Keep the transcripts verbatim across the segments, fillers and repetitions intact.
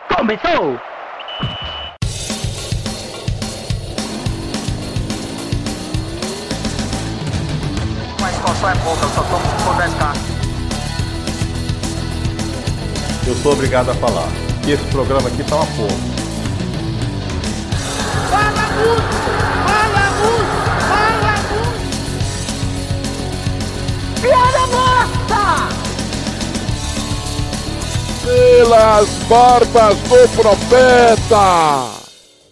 Começou! Mas a situação é pouca, eu só tomo se for dez K. Eu sou obrigado a falar que esse programa aqui tá uma porra. Fala muito! Fala muito! Fala muito! Piada morta! Pelas barbas do profeta!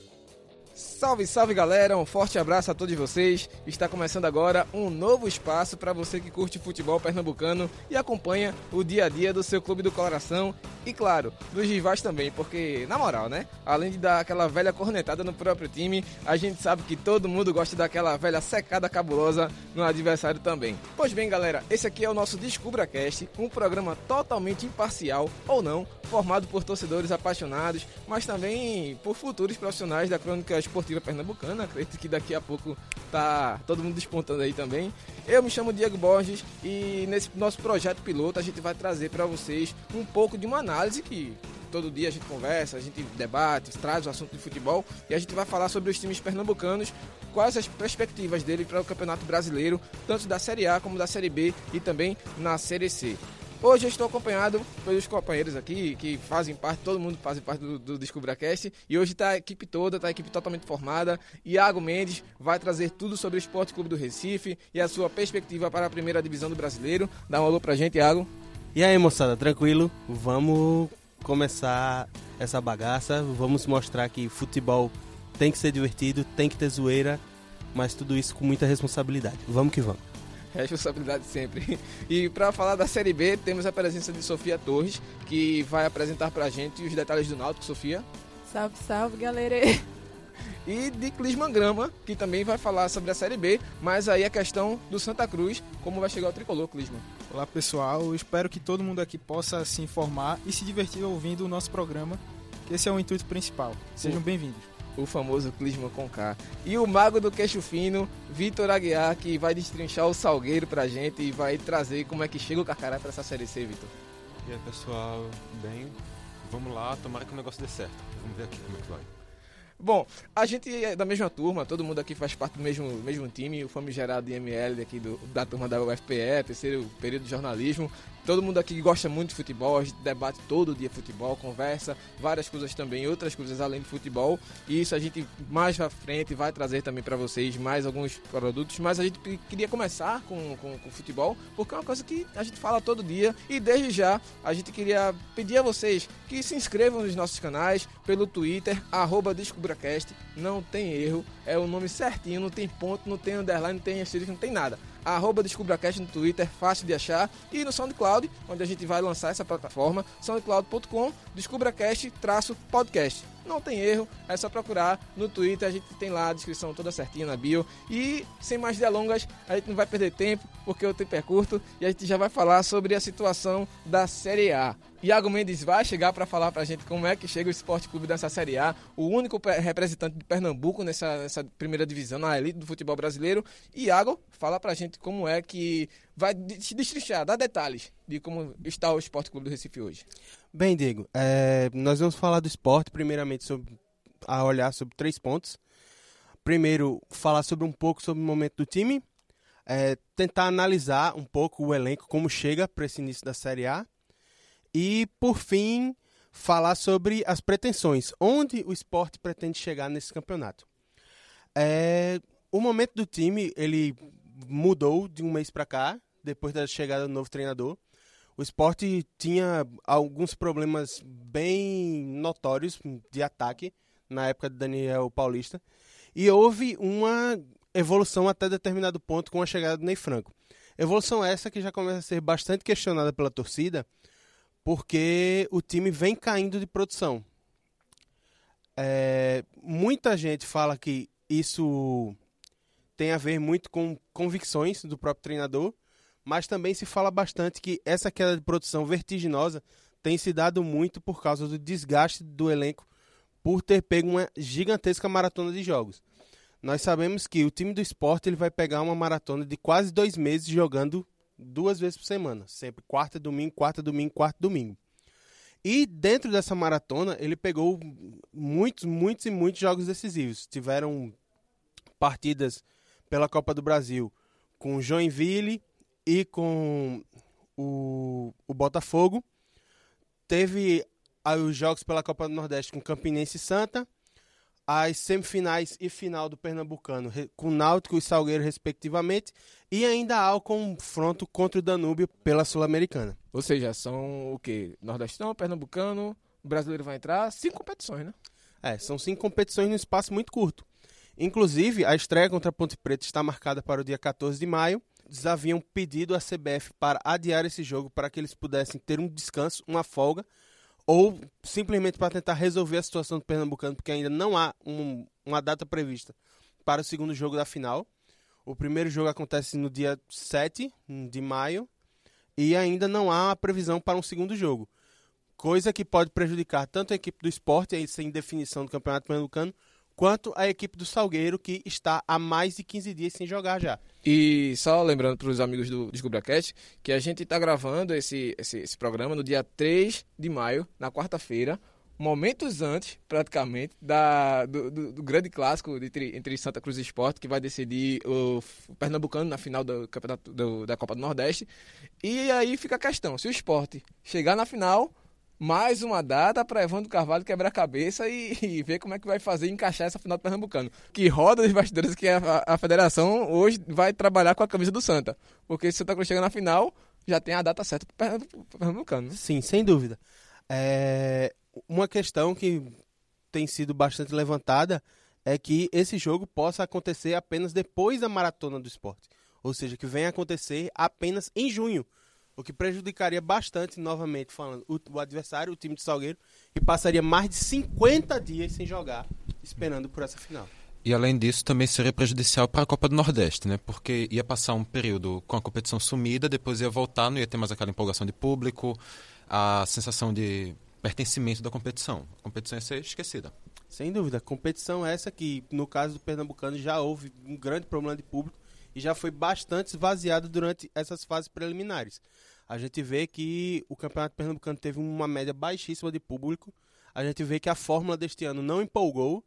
Salve, salve galera, um forte abraço a todos vocês. Está começando agora um novo espaço para você que curte futebol pernambucano e acompanha o dia a dia do seu clube do coração e, claro, dos rivais também, porque, na moral, né, além de dar aquela velha cornetada no próprio time, a gente sabe que todo mundo gosta daquela velha secada cabulosa no adversário também. Pois bem, galera, esse aqui é o nosso DescubraCast, um programa totalmente imparcial, ou não, formado por torcedores apaixonados, mas também por futuros profissionais da crônica esportiva pernambucana. Acredito que daqui a pouco tá todo mundo despontando aí também. Eu me chamo Diego Borges e nesse nosso projeto piloto a gente vai trazer para vocês um pouco de uma análise que todo dia a gente conversa, a gente debate, traz o assunto de futebol e a gente vai falar sobre os times pernambucanos, quais as perspectivas dele para o Campeonato Brasileiro, tanto da Série A como da Série B e também na Série C. Hoje eu estou acompanhado pelos companheiros aqui, que fazem parte, todo mundo faz parte do, do DescubraCast, e hoje está a equipe toda, está a equipe totalmente formada. Iago Mendes vai trazer tudo sobre o Esporte Clube do Recife e a sua perspectiva para a primeira divisão do Brasileiro. Dá um alô pra gente, Iago. E aí, moçada, tranquilo? Vamos começar essa bagaça, vamos mostrar que futebol tem que ser divertido, tem que ter zoeira, mas tudo isso com muita responsabilidade. Vamos que vamos. Responsabilidade sempre. E para falar da Série B, temos a presença de Sofia Torres, que vai apresentar pra gente os detalhes do Náutico. Sofia. Salve, salve, galera. E de Clisman Grama, que também vai falar sobre a Série B, mas aí a questão do Santa Cruz, como vai chegar o tricolor, Clisman. Olá, pessoal. Eu espero que todo mundo aqui possa se informar e se divertir ouvindo o nosso programa, que esse é o intuito principal. Sejam bem-vindos. O famoso Clisman com K. E o mago do queixo fino, Vitor Aguiar, que vai destrinchar o Salgueiro pra gente e vai trazer como é que chega o Carcará pra essa Série C, Vitor. E aí, pessoal, bem, vamos lá, tomara que o negócio dê certo. Vamos ver aqui como é que vai. Bom, a gente é da mesma turma, todo mundo aqui faz parte do mesmo, mesmo time, o famigerado I M L aqui do, da turma da U F P E, terceiro período de jornalismo. Todo mundo aqui gosta muito de futebol, a gente debate todo dia futebol, conversa, várias coisas também, outras coisas além de futebol. E isso a gente mais à frente vai trazer também para vocês mais alguns produtos. Mas a gente queria começar com, com, com futebol, porque é uma coisa que a gente fala todo dia. E desde já a gente queria pedir a vocês que se inscrevam nos nossos canais, pelo Twitter, arroba DescubraCast, não tem erro, é o nome certinho, não tem ponto, não tem underline, não tem asterisco, não tem nada. Arroba DescubraCast no Twitter, fácil de achar, e no SoundCloud, onde a gente vai lançar essa plataforma, soundcloud ponto com, DescubraCast-podcast. Não tem erro, é só procurar no Twitter, a gente tem lá a descrição toda certinha na bio. E sem mais delongas, a gente não vai perder tempo, porque o tempo é curto, e a gente já vai falar sobre a situação da Série A. Iago Mendes vai chegar para falar pra gente como é que chega o Esporte Clube dessa Série A, o único representante de Pernambuco nessa, nessa primeira divisão, na elite do futebol brasileiro. E Iago, fala pra gente como é que vai se destrinchar, dar detalhes de como está o Esporte Clube do Recife hoje. Bem, Diego, é, nós vamos falar do esporte, primeiramente sobre, a olhar sobre três pontos. Primeiro, falar sobre um pouco sobre o momento do time, é, tentar analisar um pouco o elenco, como chega para esse início da Série A. E, por fim, falar sobre as pretensões, onde o esporte pretende chegar nesse campeonato. É, o momento do time, ele mudou de um mês para cá, depois da chegada do novo treinador. O Sport tinha alguns problemas bem notórios de ataque na época de Daniel Paulista e houve uma evolução até determinado ponto com a chegada do Ney Franco. Evolução essa que já começa a ser bastante questionada pela torcida porque o time vem caindo de produção. É, muita gente fala que isso tem a ver muito com convicções do próprio treinador, mas também se fala bastante que essa queda de produção vertiginosa tem se dado muito por causa do desgaste do elenco por ter pego uma gigantesca maratona de jogos. Nós sabemos que o time do Sport ele vai pegar uma maratona de quase dois meses jogando duas vezes por semana, sempre quarta, domingo, quarta, domingo, quarta, domingo. E dentro dessa maratona, ele pegou muitos, muitos e muitos jogos decisivos. Tiveram partidas pela Copa do Brasil com o Joinville e com o, o Botafogo. Teve aí os jogos pela Copa do Nordeste com Campinense e Santa. As semifinais e final do Pernambucano com Náutico e Salgueiro, respectivamente. E ainda há o confronto contra o Danúbio pela Sul-Americana. Ou seja, são o quê? Nordestão, Pernambucano, o brasileiro vai entrar, cinco competições, né? É, são cinco competições num espaço muito curto. Inclusive, a estreia contra a Ponte Preta está marcada para o dia quatorze de maio. Eles haviam pedido à C B F para adiar esse jogo para que eles pudessem ter um descanso, uma folga, ou simplesmente para tentar resolver a situação do Pernambucano, porque ainda não há um, uma data prevista para o segundo jogo da final. O primeiro jogo acontece no dia sete de maio e ainda não há a previsão para um segundo jogo, coisa que pode prejudicar tanto a equipe do Sport, aí sem definição do Campeonato Pernambucano, quanto a equipe do Salgueiro, que está há mais de quinze dias sem jogar já. E só lembrando para os amigos do DescubraCast que a gente está gravando esse, esse, esse programa no dia três de maio, na quarta-feira, momentos antes, praticamente, da, do, do, do grande clássico entre, entre Santa Cruz e Sport, que vai decidir o, o Pernambucano na final do campeonato do, da Copa do Nordeste. E aí fica a questão, se o Sport chegar na final, mais uma data para Evandro Carvalho quebrar a cabeça e, e ver como é que vai fazer encaixar essa final do Pernambucano. Que roda dos bastidores que a, a federação hoje vai trabalhar com a camisa do Santa. Porque se o Santa Cruz chega na final, já tem a data certa para o Pernambucano. Né? Sim, sem dúvida. É... Uma questão que tem sido bastante levantada é que esse jogo possa acontecer apenas depois da Maratona do Esporte. Ou seja, que venha acontecer apenas em junho. O que prejudicaria bastante, novamente falando, o, o adversário, o time de Salgueiro, e passaria mais de cinquenta dias sem jogar, esperando por essa final. E além disso, também seria prejudicial para a Copa do Nordeste, né? Porque ia passar um período com a competição sumida, depois ia voltar, não ia ter mais aquela empolgação de público, a sensação de pertencimento da competição. A competição ia ser esquecida. Sem dúvida. Competição essa que, no caso do Pernambucano, já houve um grande problema de público e já foi bastante esvaziado durante essas fases preliminares. A gente vê que o Campeonato Pernambucano teve uma média baixíssima de público. A gente vê que a fórmula deste ano não empolgou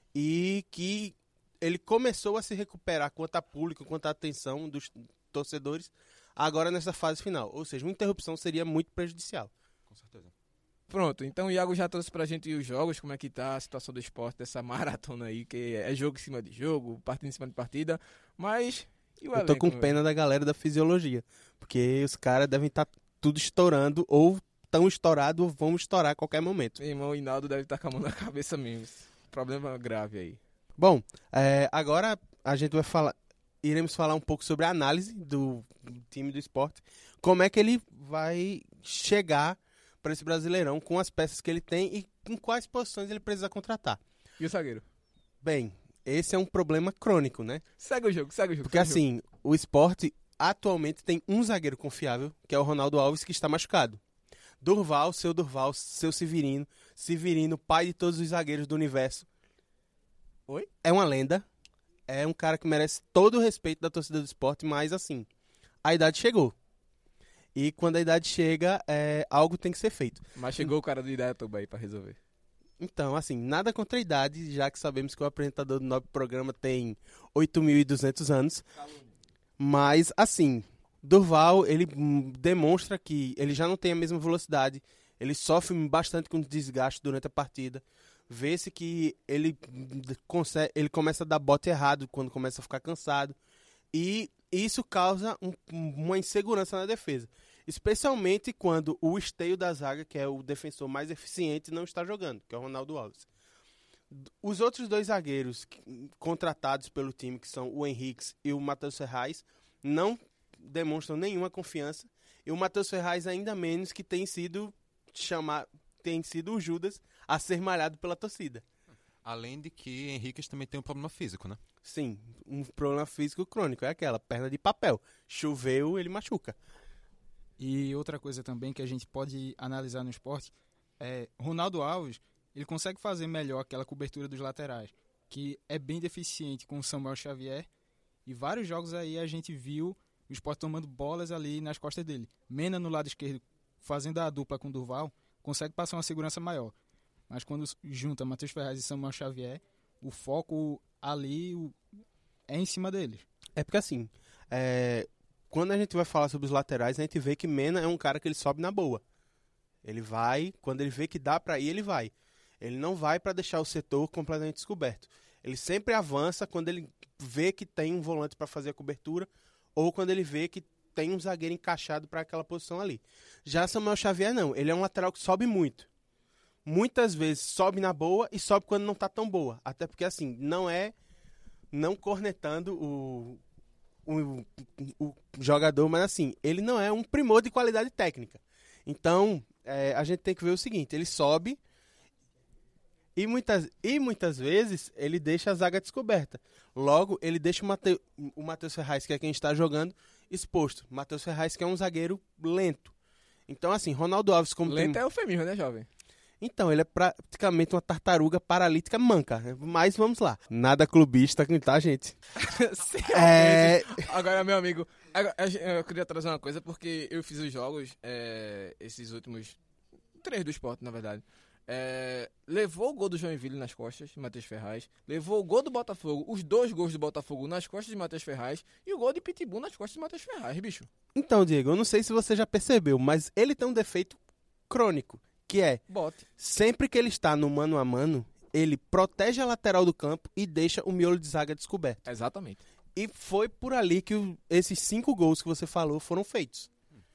e que ele começou a se recuperar quanto a público, quanto a atenção dos torcedores, agora nessa fase final. Ou seja, uma interrupção seria muito prejudicial. Com certeza. Pronto, então o Iago já trouxe pra gente os jogos, como é que tá a situação do esporte, dessa maratona aí, que é jogo em cima de jogo, partida em cima de partida, mas... E o Eu tô elenco, com pena da galera da fisiologia, porque os caras devem estar tá tudo estourando, ou tão estourado, ou vão estourar a qualquer momento. Meu irmão, o Hinaldo deve estar com a mão na cabeça mesmo. Problema grave aí. Bom, é, agora a gente vai falar, iremos falar um pouco sobre a análise do, do time do esporte, como é que ele vai chegar para esse Brasileirão com as peças que ele tem e em quais posições ele precisa contratar. E o zagueiro? Bem, esse é um problema crônico, né? Segue o jogo, segue o jogo. Porque assim, o Sport atualmente tem um zagueiro confiável, que é o Ronaldo Alves, que está machucado. Durval, seu Durval, seu Severino, Severino, pai de todos os zagueiros do universo. Oi? É uma lenda, é um cara que merece todo o respeito da torcida do Sport, mas assim, a idade chegou. E quando a idade chega, é, algo tem que ser feito. Mas chegou o cara do Idaiatuba aí pra resolver. Então, assim, nada contra a idade, já que sabemos que o apresentador do nosso programa tem oito mil e duzentos anos. Mas, assim, Durval, ele demonstra que ele já não tem a mesma velocidade, ele sofre bastante com desgaste durante a partida. Vê-se que ele, consegue, ele começa a dar bote errado quando começa a ficar cansado. E isso causa um, uma insegurança na defesa. Especialmente quando o esteio da zaga, que é o defensor mais eficiente, não está jogando, que é o Ronaldo Alves. Os outros dois zagueiros contratados pelo time, que são o Henriques e o Matheus Ferraz, não demonstram nenhuma confiança. E o Matheus Ferraz ainda menos, que tem sido, chamar, tem sido o Judas a ser malhado pela torcida. Além de que Henriques também tem um problema físico, né? Sim, um problema físico crônico. É aquela perna de papel. Choveu, ele machuca. E outra coisa também que a gente pode analisar no esporte é Ronaldo Alves, ele consegue fazer melhor aquela cobertura dos laterais, que é bem deficiente com o Samuel Xavier, e vários jogos aí a gente viu o Sport tomando bolas ali nas costas dele. Mena no lado esquerdo fazendo a dupla com o Durval, consegue passar uma segurança maior. Mas quando junta Matheus Ferraz e Samuel Xavier, o foco ali o, é em cima deles. É porque assim, é, quando a gente vai falar sobre os laterais, a gente vê que Mena é um cara que ele sobe na boa. Ele vai, quando ele vê que dá pra ir, ele vai. Ele não vai pra deixar o setor completamente descoberto. Ele sempre avança quando ele vê que tem um volante pra fazer a cobertura ou quando ele vê que tem um zagueiro encaixado pra aquela posição ali. Já Samuel Xavier não, ele é um lateral que sobe muito. Muitas vezes sobe na boa e sobe quando não tá tão boa. Até porque assim, não é não cornetando o, o, o jogador, mas assim, ele não é um primor de qualidade técnica. Então, é, a gente tem que ver o seguinte, ele sobe e muitas, e muitas vezes ele deixa a zaga descoberta. Logo, ele deixa o, Mate, o Matheus Ferraz, que é quem está jogando, exposto. Matheus Ferraz, que é um zagueiro lento. Então, assim, Ronaldo Alves... como Lento tem... é eufemismo, né, jovem? Então, ele é praticamente uma tartaruga paralítica manca. Mas vamos lá. Nada clubista, tá, gente? é... Agora, meu amigo, eu queria trazer uma coisa, porque eu fiz os jogos, é, esses últimos... Três do Sport, na verdade. É, levou o gol do Joinville nas costas de Matheus Ferraz, levou o gol do Botafogo, os dois gols do Botafogo nas costas de Matheus Ferraz e o gol de Pitbull nas costas de Matheus Ferraz, bicho. Então, Diego, eu não sei se você já percebeu, mas ele tem um defeito crônico, que é, Bote. Sempre que ele está no mano a mano, ele protege a lateral do campo e deixa o miolo de zaga descoberto. Exatamente. E foi por ali que o, esses cinco gols que você falou foram feitos.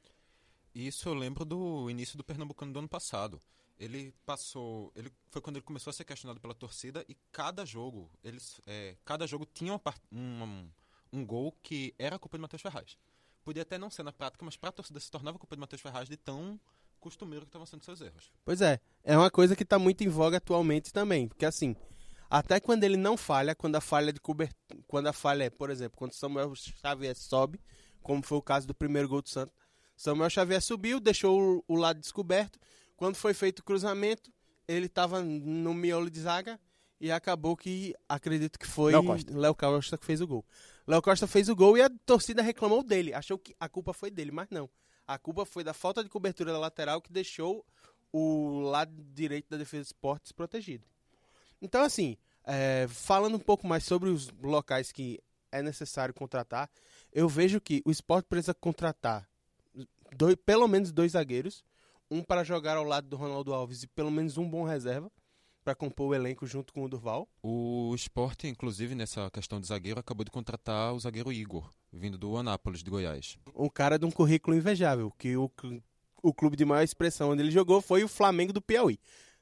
Isso eu lembro do início do Pernambucano do ano passado. Ele passou, ele foi quando ele começou a ser questionado pela torcida e cada jogo, eles, é, cada jogo tinha uma, um, um, um gol que era a culpa de Matheus Ferraz. Podia até não ser na prática, mas para a torcida se tornava a culpa de Matheus Ferraz de tão costumeiro que estavam sendo seus erros. Pois é, é uma coisa que está muito em voga atualmente também, porque assim, até quando ele não falha, quando a falha de cobertura, quando a falha é, por exemplo, quando Samuel Xavier sobe, como foi o caso do primeiro gol do Santos, Samuel Xavier subiu, deixou o, o lado descoberto. Quando foi feito o cruzamento, ele estava no miolo de zaga e acabou que, acredito que foi Léo Costa. Léo Costa que fez o gol. Léo Costa fez o gol e a torcida reclamou dele. Achou que a culpa foi dele, mas não. A culpa foi da falta de cobertura da lateral que deixou o lado direito da defesa do Sport desprotegido. Então, assim, é, falando um pouco mais sobre os locais que é necessário contratar, eu vejo que o Sport precisa contratar dois, pelo menos dois zagueiros, um para jogar ao lado do Ronaldo Alves e pelo menos um bom reserva para compor o elenco junto com o Durval. O Sport, inclusive, nessa questão de zagueiro, acabou de contratar o zagueiro Igor, vindo do Anápolis de Goiás. Um cara de um currículo invejável, que o, o clube de maior expressão onde ele jogou foi o Flamengo do Piauí.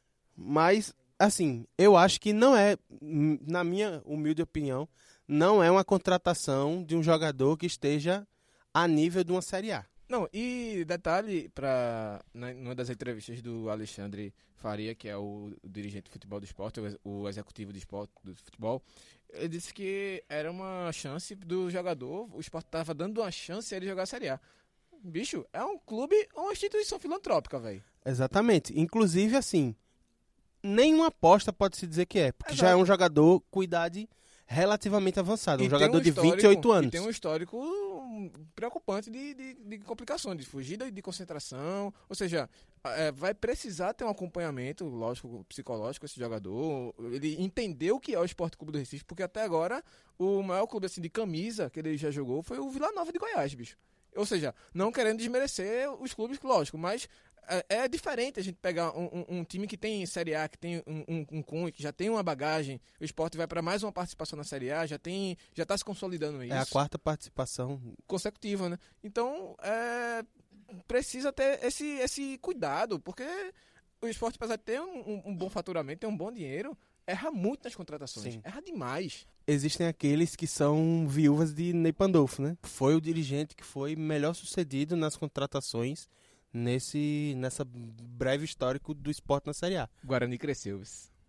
Mas, assim, eu acho que não é, na minha humilde opinião, não é uma contratação de um jogador que esteja a nível de uma Série A. Não, e detalhe, pra, na, numa das entrevistas do Alexandre Faria, que é o, o dirigente do futebol do esporte, o, o executivo do, esporte, do futebol, ele disse que era uma chance do jogador, o esporte estava dando uma chance a ele jogar a Série A. Bicho, é um clube, uma instituição filantrópica, velho. Exatamente. Inclusive, assim, nenhuma aposta pode se dizer que é, porque Exato. Já é um jogador com idade relativamente avançada, um E jogador um de vinte e oito anos. E tem um histórico preocupante de, de, de complicações, de fugida de concentração, ou seja, é, vai precisar ter um acompanhamento, lógico, psicológico esse jogador, ele entender o que é o Sport Clube do Recife, porque até agora o maior clube assim, de camisa que ele já jogou foi o Vila Nova de Goiás, bicho. Ou seja, não querendo desmerecer os clubes, lógico, mas é, é diferente a gente pegar um, um, um time que tem Série A, que tem um, um, um cunho, que já tem uma bagagem, o Sport vai para mais uma participação na Série A, já tem, já está se consolidando isso. É a quarta participação consecutiva, né? Então, é, precisa ter esse, esse cuidado, porque o Sport, apesar de ter um, um bom faturamento, ter um bom dinheiro, erra muito nas contratações. Sim. Erra demais. Existem aqueles que são viúvas de Ney Pandolfo, né? Foi o dirigente que foi melhor sucedido nas contratações nesse, nessa breve histórico do Sport na Série A. O Guarani cresceu.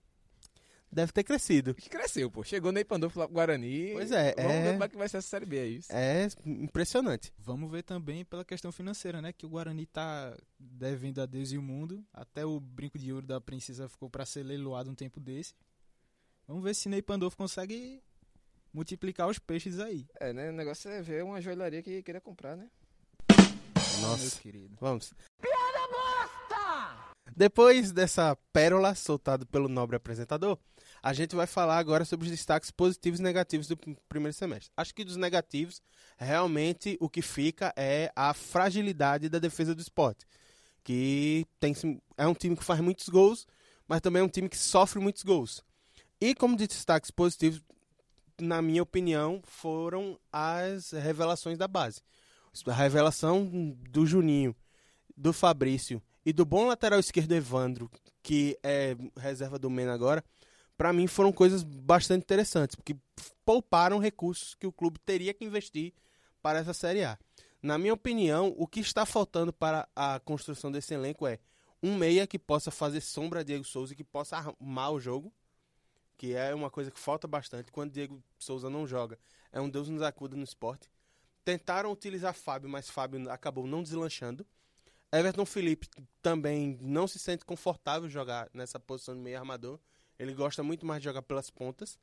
Deve ter crescido. Cresceu, pô. Chegou Ney Pandolfo lá pro Guarani. Pois é. Vamos é... ver como é que vai ser essa Série B, é isso. É impressionante. Vamos ver também pela questão financeira, né? Que o Guarani tá devendo a Deus e o mundo. Até o brinco de ouro da princesa ficou para ser leiloado um tempo desse. Vamos ver se Ney Pandolfo consegue multiplicar os peixes aí. É, né? O negócio é ver uma joalharia que queria comprar, né? Nossa, meu querido. Vamos. Piada bosta! Depois dessa pérola soltada pelo nobre apresentador, a gente vai falar agora sobre os destaques positivos e negativos do primeiro semestre. Acho que dos negativos, realmente o que fica é a fragilidade da defesa do Sport, que tem, é um time que faz muitos gols, mas também é um time que sofre muitos gols. E como de destaques positivos, na minha opinião, foram as revelações da base. A revelação do Juninho, do Fabrício e do bom lateral esquerdo Evandro, que é reserva do Mena agora, para mim foram coisas bastante interessantes, porque pouparam recursos que o clube teria que investir para essa Série A. Na minha opinião, o que está faltando para a construção desse elenco é um meia que possa fazer sombra a Diego Souza e que possa armar o jogo, que é uma coisa que falta bastante quando Diego Souza não joga. É um Deus nos acuda no Sport. Tentaram utilizar Fábio, mas Fábio acabou não deslanchando. Everton Felipe também não se sente confortável jogar nessa posição de meio armador. Ele gosta muito mais de jogar pelas pontas.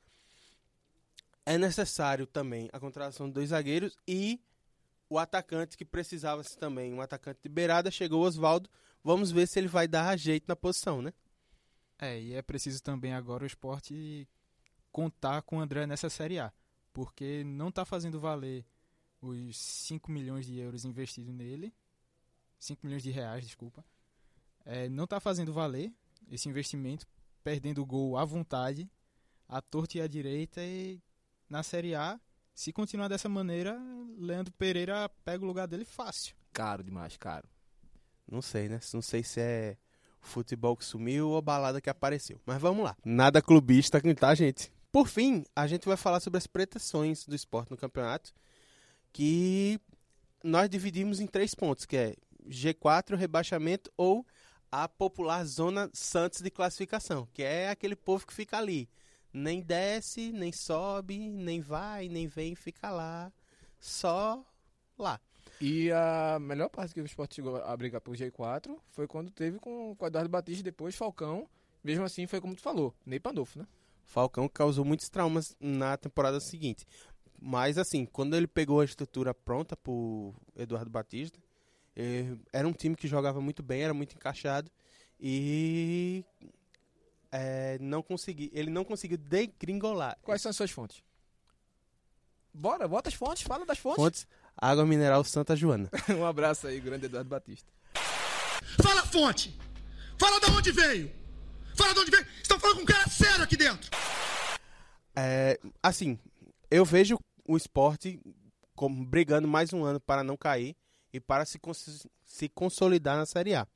É necessário também a contratação de dois zagueiros e o atacante que precisava-se também. Um atacante de beirada, chegou o Oswaldo. Vamos ver se ele vai dar jeito na posição, né? É, e é preciso também agora o Sport contar com o André nessa Série A, porque não está fazendo valer os cinco milhões de euros investidos nele, cinco milhões de reais, desculpa, é, não está fazendo valer esse investimento, perdendo o gol à vontade, à torta e à direita, e na Série A, se continuar dessa maneira, Leandro Pereira pega o lugar dele fácil. Caro demais, caro. Não sei, né? Não sei se é futebol que sumiu ou balada que apareceu. Mas vamos lá. Nada clubista, tá, gente? Por fim, a gente vai falar sobre as pretensões do Sport no campeonato, que nós dividimos em três pontos, que é G quatro, rebaixamento ou a popular zona Santos de classificação, que é aquele povo que fica ali. Nem desce, nem sobe, nem vai, nem vem, fica lá. Só lá. E a melhor parte que o Sport chegou a brigar por G quatro foi quando teve com o Eduardo Batista, depois Falcão. Mesmo assim, foi como tu falou, Ney Pandolfo, né? Falcão causou muitos traumas na temporada seguinte. Mas assim, quando ele pegou a estrutura pronta pro Eduardo Batista, era um time que jogava muito bem, era muito encaixado e é, não consegui, ele não conseguiu degringolar. Quais são as suas fontes? Bora, bota as fontes, fala das fontes. Fontes, Água Mineral Santa Joana. Um abraço aí, grande Eduardo Batista. Fala fonte! Fala de onde veio! Fala de onde veio! Estão falando com um cara sério aqui dentro! É, assim, eu vejo o Sport como brigando mais um ano para não cair e para se, cons- se consolidar na Série A.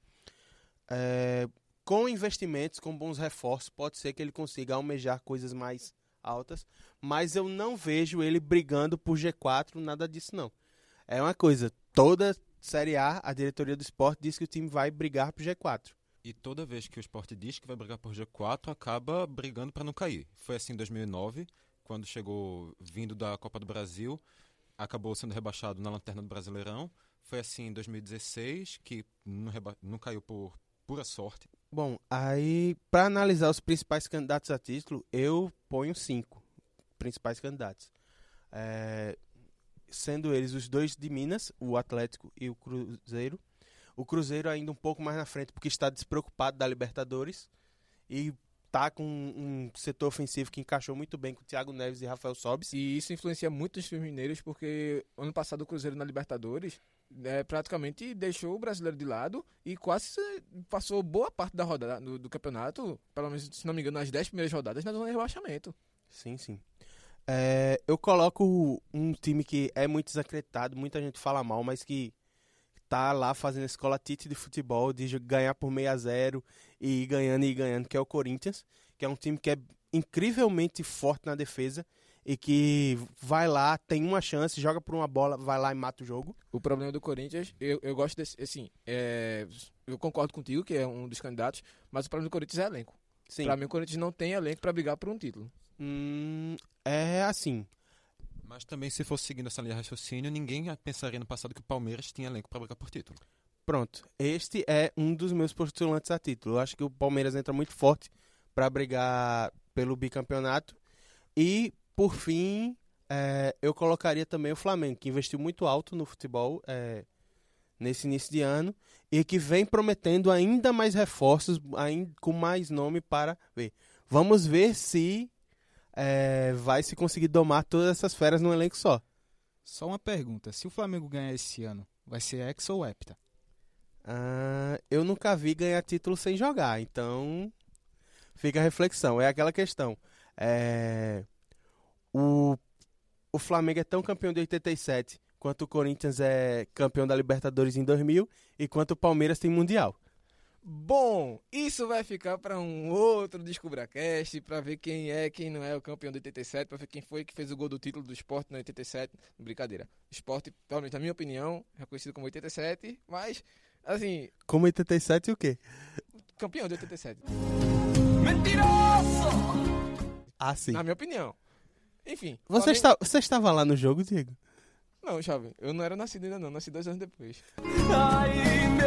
É, com investimentos, com bons reforços, pode ser que ele consiga almejar coisas mais altas, mas eu não vejo ele brigando por G quatro, nada disso não. É uma coisa, toda Série A, a diretoria do Sport diz que o time vai brigar por G quatro. E toda vez que o Sport diz que vai brigar por G quatro, acaba brigando para não cair. Foi assim em dois mil e nove, quando chegou vindo da Copa do Brasil, acabou sendo rebaixado na lanterna do Brasileirão. Foi assim em dois mil e dezesseis, que não, reba- não caiu por pura sorte. Bom, aí, para analisar os principais candidatos a título, eu ponho cinco principais candidatos. É, sendo eles os dois de Minas, o Atlético e o Cruzeiro. O Cruzeiro ainda um pouco mais na frente, porque está despreocupado da Libertadores e está com um setor ofensivo que encaixou muito bem com o Thiago Neves e Rafael Sobis. E isso influencia muito os times mineiros, porque ano passado o Cruzeiro na Libertadores é, praticamente deixou o brasileiro de lado e quase passou boa parte da rodada do, do campeonato, pelo menos, se não me engano, nas dez primeiras rodadas, na zona de rebaixamento. Sim, sim. É, eu coloco um time que é muito desacreditado, muita gente fala mal, mas que tá lá fazendo a escola Tite de futebol, de ganhar por meio a zero e ir ganhando e ir ganhando, que é o Corinthians, que é um time que é incrivelmente forte na defesa e que vai lá, tem uma chance, joga por uma bola, vai lá e mata o jogo. O problema do Corinthians, eu, eu gosto desse, assim, é, eu concordo contigo, que é um dos candidatos, mas o problema do Corinthians é elenco. Sim. Pra mim, o Corinthians não tem elenco pra brigar por um título. Hum, é assim. Mas também, se fosse seguindo essa linha de raciocínio, ninguém pensaria no passado que o Palmeiras tinha elenco para brigar por título. Pronto. Este é um dos meus postulantes a título. Eu acho que o Palmeiras entra muito forte para brigar pelo bicampeonato. E, por fim, é, eu colocaria também o Flamengo, que investiu muito alto no futebol é, nesse início de ano e que vem prometendo ainda mais reforços, ainda com mais nome para ver. Vamos ver se é, vai se conseguir domar todas essas feras num elenco só. Só uma pergunta, se o Flamengo ganhar esse ano, vai ser hexa ou hepta? Ah, eu nunca vi ganhar título sem jogar, então fica a reflexão. É aquela questão. É, o, o Flamengo é tão campeão de oitenta e sete quanto o Corinthians é campeão da Libertadores em dois mil e quanto o Palmeiras tem Mundial. Bom, isso vai ficar para um outro DescubraCast, para ver quem é, quem não é o campeão de oitenta e sete, para ver quem foi que fez o gol do título do Sport no oitenta e sete. Brincadeira. O Sport, pelo menos na minha opinião, é reconhecido como oitenta e sete, mas, assim... Como oitenta e sete e o quê? Campeão de oitenta e sete. Mentiroso! Ah, sim. Na minha opinião. Enfim. Você, Flamengo... está, você estava lá no jogo, Diego? Não, jovem, eu não era nascido ainda não, nasci dois anos depois. Ai,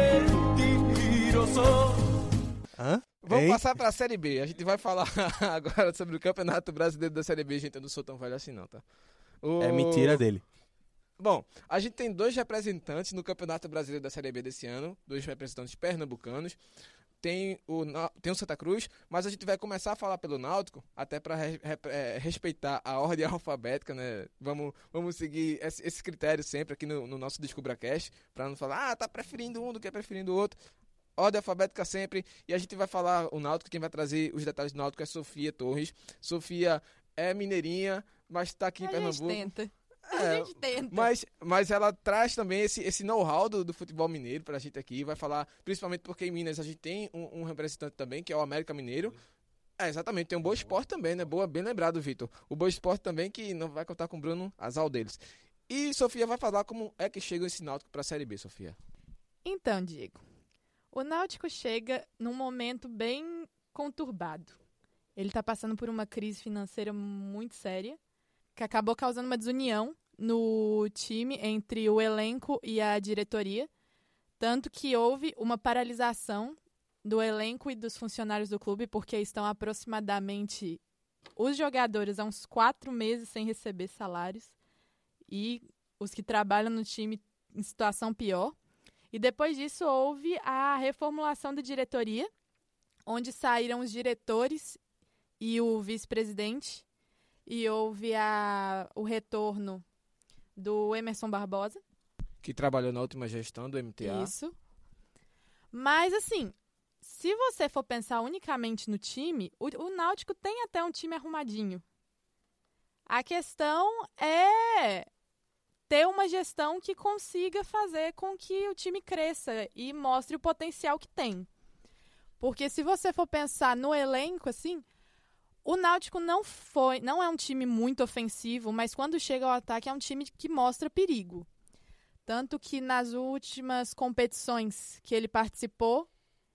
mentiroso. Hã? Vamos Ei? passar pra Série B. A gente vai falar agora sobre o Campeonato Brasileiro da Série B, gente. Eu não sou tão velho assim não, tá? O... É mentira dele. Bom, a gente tem dois representantes no Campeonato Brasileiro da Série B desse ano, dois representantes pernambucanos. Tem o, tem o Santa Cruz, mas a gente vai começar a falar pelo Náutico, até para re, re, é, respeitar a ordem alfabética, né? Vamos, vamos seguir esse, esse critério sempre aqui no, no nosso DescubraCast, para não falar, ah, tá preferindo um do que preferindo o outro. Ordem alfabética sempre, e a gente vai falar o Náutico, quem vai trazer os detalhes do Náutico é Sofia Torres. Sofia é mineirinha, mas tá aqui em a Pernambuco. Gente tenta. É, a gente tenta. Mas, mas ela traz também esse, esse know-how do, do futebol mineiro pra gente aqui. Vai falar, principalmente porque em Minas a gente tem um, um representante também, que é o América Mineiro. É, exatamente, tem um Boa Esporte também, né? Boa, bem lembrado, Vitor. O Boa Esporte também, que não vai contar com o Bruno Azal deles. E Sofia vai falar como é que chega esse Náutico pra Série B, Sofia. Então, Diego, o Náutico chega num momento bem conturbado. Ele tá passando por uma crise financeira muito séria, que acabou causando uma desunião no time entre o elenco e a diretoria, tanto que houve uma paralisação do elenco e dos funcionários do clube, porque estão aproximadamente os jogadores há uns quatro meses sem receber salários e os que trabalham no time em situação pior. E depois disso houve a reformulação da diretoria, onde saíram os diretores e o vice-presidente, e houve a, o retorno do Emerson Barbosa. Que trabalhou na última gestão do M T A. Isso. Mas, assim, se você for pensar unicamente no time, o, o Náutico tem até um time arrumadinho. A questão é ter uma gestão que consiga fazer com que o time cresça e mostre o potencial que tem. Porque se você for pensar no elenco, assim... O Náutico não foi, não é um time muito ofensivo, mas quando chega ao ataque é um time que mostra perigo. Tanto que nas últimas competições que ele participou,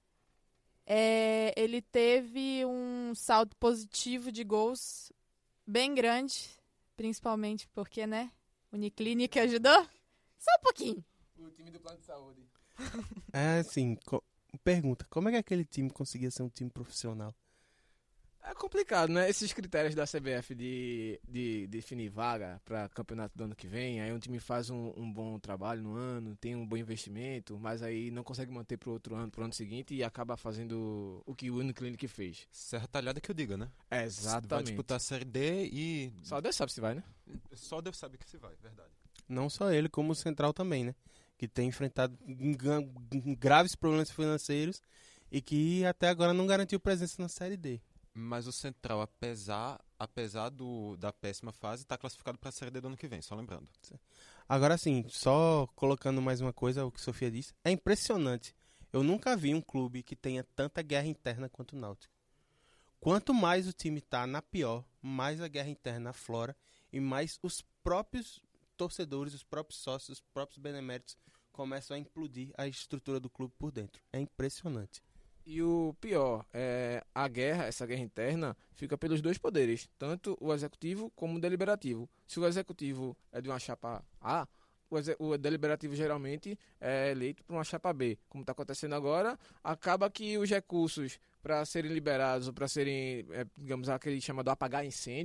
é, ele teve um saldo positivo de gols bem grande, principalmente porque, né, o Uniclinic ajudou. Só um pouquinho. O time do plano de saúde. É assim, co- pergunta, como é que aquele time conseguia ser um time profissional? É complicado, né? Esses critérios da C B F de, de, de definir vaga para campeonato do ano que vem, aí um time faz um, um bom trabalho no ano, tem um bom investimento, mas aí não consegue manter pro outro ano, pro ano seguinte e acaba fazendo o que o Uniclinic fez. Serra talhada que eu diga, né? É, exatamente. Vai disputar a Série D e... Só Deus sabe se vai, né? Só Deus sabe que se vai, verdade. Não só ele, como o Central também, né? Que tem enfrentado gra- graves problemas financeiros e que até agora não garantiu presença na Série D. Mas o Central, apesar, apesar do, da péssima fase, está classificado para a Série D do ano que vem, só lembrando. Agora sim, só colocando mais uma coisa, o que a Sofia disse, é impressionante. Eu nunca vi um clube que tenha tanta guerra interna quanto o Náutico. Quanto mais o time está na pior, mais a guerra interna aflora e mais os próprios torcedores, os próprios sócios, os próprios beneméritos começam a implodir a estrutura do clube por dentro. É impressionante. E o pior, é, a guerra, essa guerra interna, fica pelos dois poderes, tanto o executivo como o deliberativo. Se o executivo é de uma chapa A, o, exe- o deliberativo geralmente é eleito por uma chapa B. Como está acontecendo agora, acaba que os recursos para serem liberados ou para serem, é, digamos, aquele chamado apagar incêndio,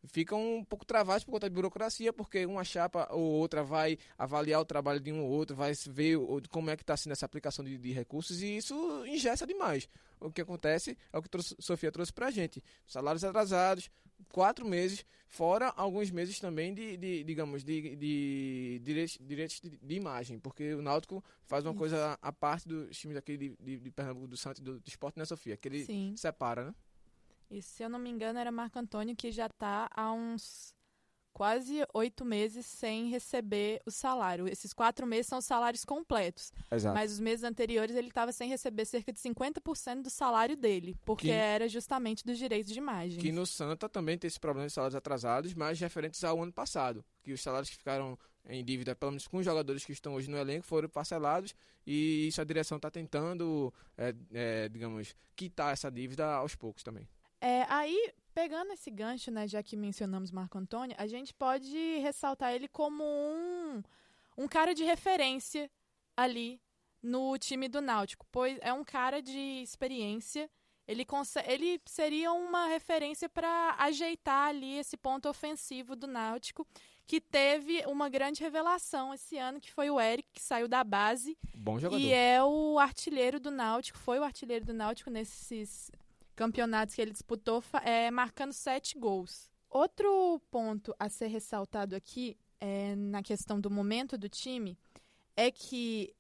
ficam um pouco travados por conta de burocracia, porque uma chapa ou outra vai avaliar o trabalho de um ou outro, vai ver como é que está sendo essa aplicação de, de recursos, e isso engessa demais. O que acontece é o que a Sofia trouxe para a gente. Salários atrasados, quatro meses, fora alguns meses também de, de digamos, de, de direitos, direitos de, de imagem, porque o Náutico faz uma isso. coisa à parte dos times aqui de, de, de Pernambuco, do Santos e do, do Sport, né, Sofia? Que ele Sim. separa, né? E se eu não me engano, era Marco Antônio, que já está há uns quase oito meses sem receber o salário. Esses quatro meses são os salários completos. Exato. Mas os meses anteriores ele estava sem receber cerca de cinquenta por cento do salário dele, porque que, era justamente dos direitos de imagem. Que no Santa também tem esse problema de salários atrasados, mas referentes ao ano passado, que os salários que ficaram em dívida, pelo menos com os jogadores que estão hoje no elenco, foram parcelados, e isso a direção está tentando, é, é, digamos, quitar essa dívida aos poucos também. É, aí, pegando esse gancho, né, já que mencionamos Marco Antônio, a gente pode ressaltar ele como um, um cara de referência ali no time do Náutico, pois é um cara de experiência, ele, ele seria uma referência para ajeitar ali esse ponto ofensivo do Náutico, que teve uma grande revelação esse ano, que foi o Eric, que saiu da base. Bom jogador. E é o artilheiro do Náutico, foi o artilheiro do Náutico nesses campeonatos que ele disputou, é, marcando sete gols. Outro ponto a ser ressaltado aqui, é, na questão do momento do time, é que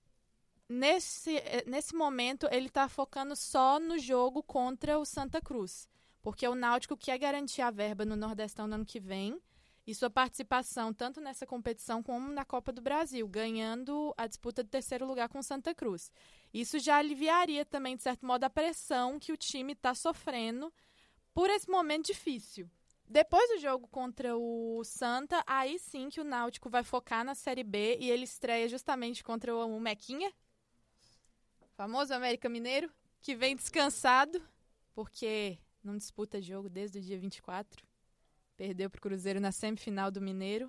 nesse, nesse momento ele está focando só no jogo contra o Santa Cruz, porque o Náutico quer garantir a verba no Nordestão no ano que vem e sua participação tanto nessa competição como na Copa do Brasil, ganhando a disputa de terceiro lugar com o Santa Cruz. Isso já aliviaria também, de certo modo, a pressão que o time está sofrendo por esse momento difícil. Depois do jogo contra o Santa, aí sim que o Náutico vai focar na Série B e ele estreia justamente contra o Mequinha, famoso América Mineiro, que vem descansado, porque não disputa jogo desde o dia vinte e quatro. Perdeu para o Cruzeiro na semifinal do Mineiro.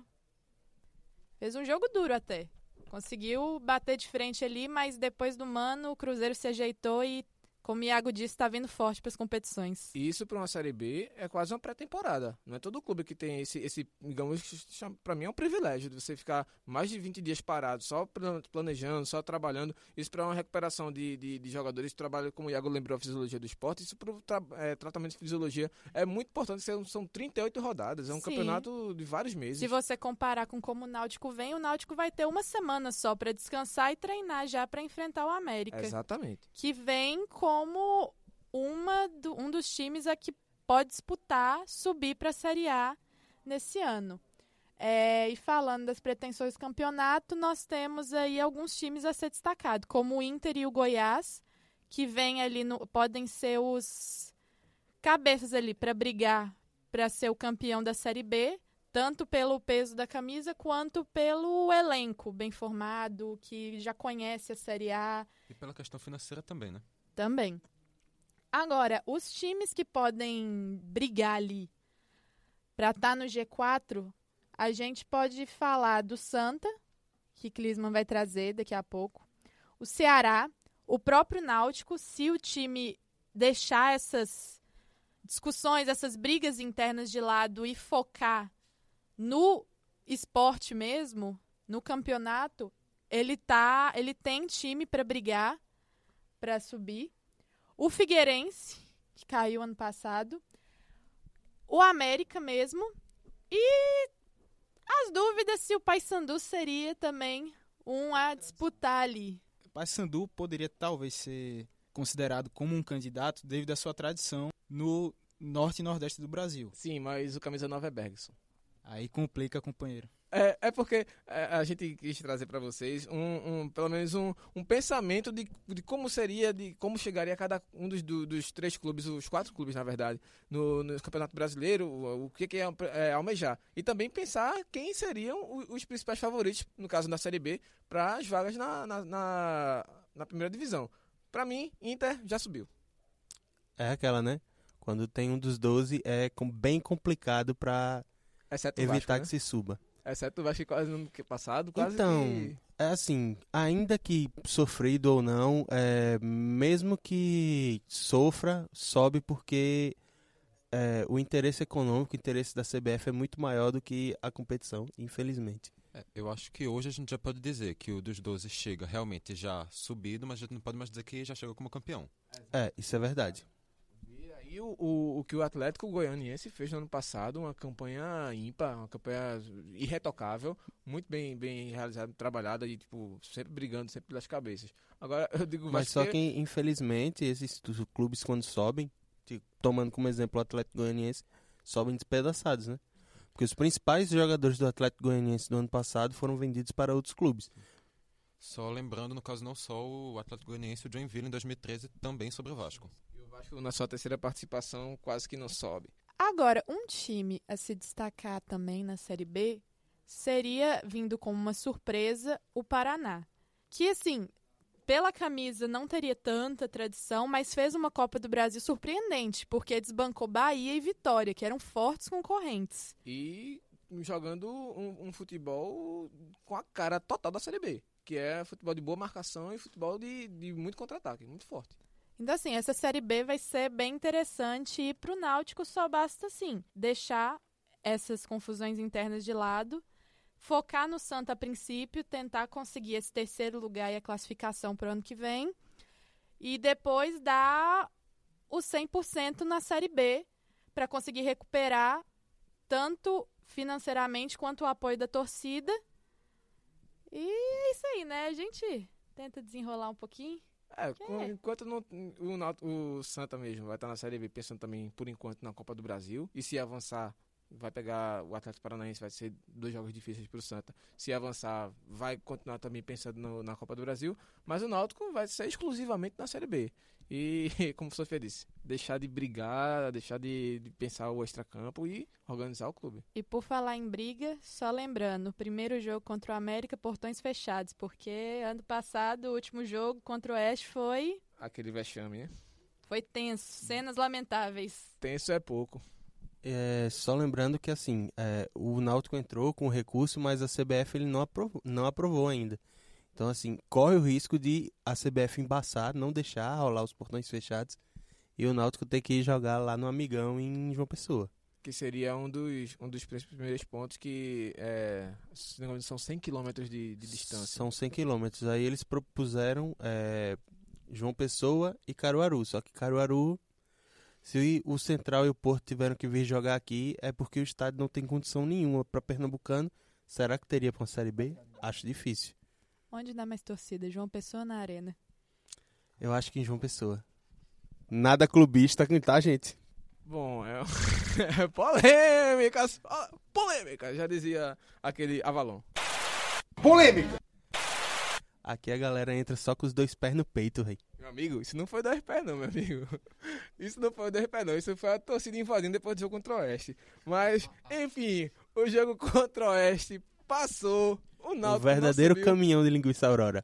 Fez um jogo duro até. Conseguiu bater de frente ali, mas depois do Mano, o Cruzeiro se ajeitou e, como o Iago disse, está vindo forte para as competições. Isso para uma Série B é quase uma pré-temporada. Não é todo clube que tem esse, esse digamos, para mim é um privilégio de você ficar mais de vinte dias parado, só planejando, só trabalhando. Isso para uma recuperação de, de, de jogadores que trabalham, como o Iago lembrou, a fisiologia do esporte. Isso para o tra é, tratamento de fisiologia é muito importante. São trinta e oito rodadas, é um Sim. campeonato de vários meses. Se você comparar com como o Náutico vem, o Náutico vai ter uma semana só para descansar e treinar já para enfrentar o América. Exatamente. Que vem com como uma do, um dos times a que pode disputar subir para a Série A nesse ano. É, e falando das pretensões do campeonato, nós temos aí alguns times a ser destacados, como o Inter e o Goiás, que vem ali no, podem ser os cabeças ali para brigar para ser o campeão da Série B, tanto pelo peso da camisa quanto pelo elenco bem formado, que já conhece a Série A. E pela questão financeira também, né? Também. Agora, os times que podem brigar ali para estar no G quatro, a gente pode falar do Santa, que Klinsmann vai trazer daqui a pouco, o Ceará, o próprio Náutico, se o time deixar essas discussões, essas brigas internas de lado e focar no esporte mesmo, no campeonato, ele, tá, ele tem time para brigar, para subir. O Figueirense, que caiu ano passado. O América mesmo. E as dúvidas se o Paysandu seria também um a disputar ali. O Paysandu poderia talvez ser considerado como um candidato devido à sua tradição no norte e nordeste do Brasil. Sim, mas o camisa nove é Bergson. Aí complica, companheiro. É, é porque é, a gente quis trazer para vocês um, um, pelo menos um, um pensamento de, de como seria, de como chegaria cada um dos, do, dos três clubes, os quatro clubes, na verdade, no, no Campeonato Brasileiro, o, o que, que é, é almejar. E também pensar quem seriam os, os principais favoritos, no caso da Série B, para as vagas na, na, na, na primeira divisão. Para mim, Inter já subiu. É aquela, né? Quando tem um dos doze, é bem complicado para evitar Vasco, né? que se suba. Exceto o Vasco quase no ano passado, quase Então, que... é assim, ainda que sofrido ou não, é, mesmo que sofra, sobe porque é, o interesse econômico, o interesse da C B F é muito maior do que a competição, infelizmente. É, eu acho que hoje a gente já pode dizer que o dos doze chega realmente já subido, mas a gente não pode mais dizer que já chegou como campeão. É, isso é verdade. E aí o, o, o que o Atlético Goianiense fez no ano passado, uma campanha ímpar, uma campanha irretocável, muito bem, bem realizada, trabalhada e tipo, sempre brigando, sempre pelas cabeças. Agora eu digo... Mas só que, infelizmente, esses clubes quando sobem, tipo, tomando como exemplo o Atlético Goianiense, sobem despedaçados, né? Porque os principais jogadores do Atlético Goianiense do ano passado foram vendidos para outros clubes. Só lembrando, no caso, não só o Atlético Goianiense, o Joinville em dois mil e treze também sobre o Vasco. E o Vasco, na sua terceira participação, quase que não sobe. Agora, um time a se destacar também na Série B seria, vindo como uma surpresa, o Paraná. Que, assim, pela camisa não teria tanta tradição, mas fez uma Copa do Brasil surpreendente, porque desbancou Bahia e Vitória, que eram fortes concorrentes. E jogando um, um futebol com a cara total da Série B, que é futebol de boa marcação e futebol de, de muito contra-ataque, muito forte. Então, assim, essa Série B vai ser bem interessante e pro Náutico só basta, assim, deixar essas confusões internas de lado, focar no Santa a princípio, tentar conseguir esse terceiro lugar e a classificação para o ano que vem, e depois dar o cem por cento na Série B para conseguir recuperar tanto financeiramente quanto o apoio da torcida. E é isso aí, né? A gente tenta desenrolar um pouquinho. É, com, é. enquanto não, o, Náutico, o Santa mesmo vai estar na Série B, pensando também, por enquanto, na Copa do Brasil, e se avançar, vai pegar o Atlético Paranaense, vai ser dois jogos difíceis para o Santa. Se avançar, vai continuar também pensando no, na Copa do Brasil, mas o Náutico vai ser exclusivamente na Série B. E, como o Sofia disse, deixar de brigar, deixar de, de pensar o extracampo e organizar o clube. E por falar em briga, só lembrando, o primeiro jogo contra o América, portões fechados, porque ano passado, o último jogo contra o Oeste foi... Aquele vexame, né? Foi tenso, cenas lamentáveis. Tenso é pouco. É, só lembrando que assim, é, o Náutico entrou com recurso, mas a C B F ele não aprovou, não aprovou ainda. Então assim, corre o risco de a C B F embaçar, não deixar rolar os portões fechados e o Náutico ter que ir jogar lá no Amigão em João Pessoa. Que seria um dos, um dos primeiros pontos que é, são cem quilômetros de, de distância. São cem quilômetros. Aí eles propuseram é, João Pessoa e Caruaru, só que Caruaru... Se o Central e o Porto tiveram que vir jogar aqui, é porque o estádio não tem condição nenhuma para pernambucano. Será que teria para uma Série B? Acho difícil. Onde dá mais torcida? João Pessoa ou na Arena? Eu acho que em João Pessoa. Nada clubista, tá, gente? Bom, é, é polêmica, polêmica, já dizia aquele Avalon. Polêmica! Aqui a galera entra só com os dois pés no peito, rei. Meu amigo, isso não foi dois pés não, meu amigo. Isso não foi dois pés não, isso foi a torcida invadindo depois do jogo contra o Oeste. Mas, enfim, o jogo contra o Oeste passou, o Náutico... O verdadeiro caminhão de linguiça Aurora.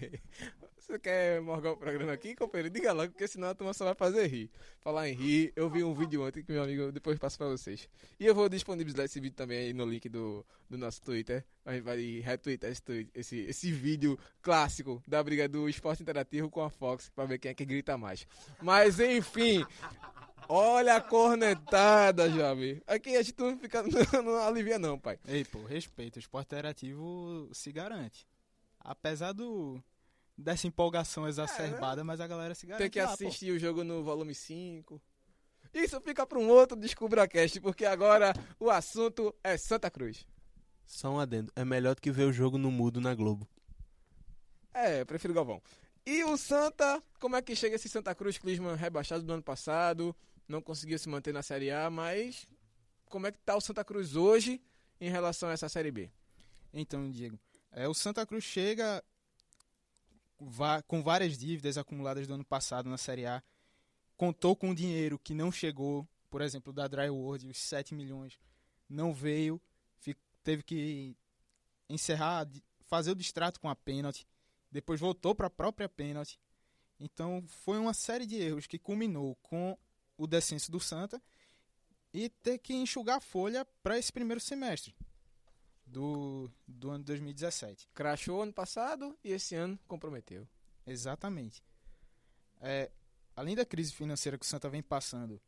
Você quer morgar o programa aqui, companheiro? Diga logo, porque senão a turma só vai fazer rir. Falar em rir, eu vi um vídeo ontem que meu amigo depois passa pra vocês. E eu vou disponibilizar esse vídeo também aí no link do, do nosso Twitter. A gente vai retweetar esse, tweet, esse, esse vídeo clássico da briga do Esporte Interativo com a Fox, pra ver quem é que grita mais. Mas, enfim... Olha a cornetada, jovem. Aqui a gente não fica, não, não alivia não, pai. Ei, pô, respeito. O Esporte Interativo se garante. Apesar do... dessa empolgação exacerbada, é, né? Mas a galera se garante. Tem que lá, assistir pô. O jogo no volume cinco. Isso fica para um outro DescubraCast, porque agora o assunto é Santa Cruz. Só um adendo, é melhor do que ver o jogo no mudo na Globo. É, eu prefiro Galvão. E o Santa, como é que chega esse Santa Cruz, Klinsmann rebaixado do ano passado, não conseguiu se manter na Série A, mas como é que tá o Santa Cruz hoje em relação a essa Série B? Então, Diego, é, o Santa Cruz chega... com várias dívidas acumuladas do ano passado na Série A, contou com dinheiro que não chegou, por exemplo, da Dry World, os sete milhões, não veio, teve que encerrar, fazer o distrato com a pênalti, depois voltou para a própria pênalti. Então foi uma série de erros que culminou com o descenso do Santa e ter que enxugar a folha para esse primeiro semestre do, do ano dois mil e dezessete. Crashou ano passado e esse ano comprometeu. Exatamente. É, além da crise financeira que o Santa vem passando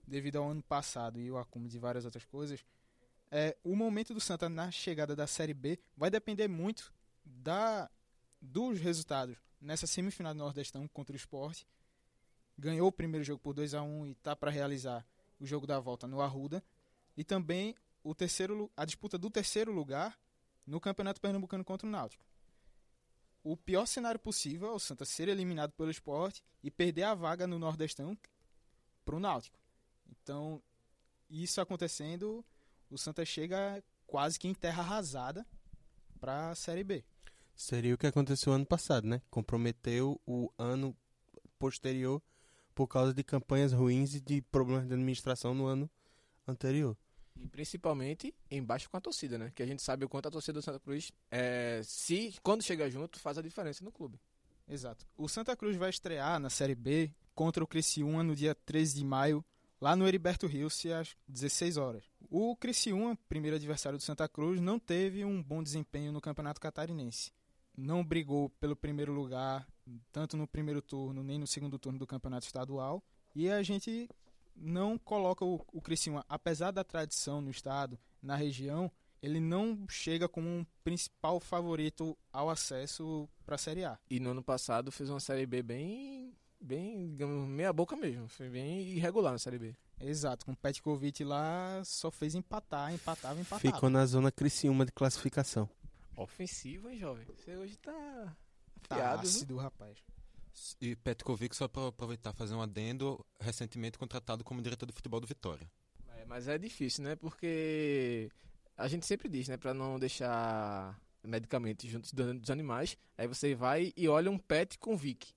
devido ao ano passado e o acúmulo de várias outras coisas, é, o momento do Santa na chegada da Série B vai depender muito da, dos resultados. Nessa semifinal do Nordestão contra o Sport, ganhou o primeiro jogo por dois a um e está para realizar o jogo da volta no Arruda. E também o terceiro, a disputa do terceiro lugar no Campeonato Pernambucano contra o Náutico. O pior cenário possível é o Santa ser eliminado pelo Sport e perder a vaga no Nordestão para o Náutico. Então, isso acontecendo, o Santa chega quase que em terra arrasada para a Série B. Seria o que aconteceu ano passado, né? Comprometeu o ano posterior por causa de campanhas ruins e de problemas de administração no ano anterior. E principalmente embaixo com a torcida, né? Que a gente sabe o quanto a torcida do Santa Cruz, é, se quando chega junto, faz a diferença no clube. Exato. O Santa Cruz vai estrear na Série B contra o Criciúma no dia treze de maio, lá no Heriberto Rios, às dezesseis horas. O Criciúma, primeiro adversário do Santa Cruz, não teve um bom desempenho no Campeonato Catarinense. Não brigou pelo primeiro lugar, tanto no primeiro turno, nem no segundo turno do Campeonato Estadual. E a gente não coloca o, o Criciúma, apesar da tradição no estado, na região, ele não chega como um principal favorito ao acesso para a Série A. E no ano passado fez uma Série B bem, bem, digamos, meia boca mesmo. Foi bem irregular na Série B. Exato, com o Petkovic lá só fez empatar, empatava, empatava. Ficou na zona Criciúma de classificação. Ofensivo, hein, jovem? Você hoje tá Tá afiado, ácido, rapaz. E Petkovic, só para aproveitar fazer um adendo, recentemente contratado como diretor de futebol do Vitória. É, mas é difícil, né? Porque a gente sempre diz, né? Pra não deixar medicamentos juntos dos animais, aí você vai e olha um pet com Vic.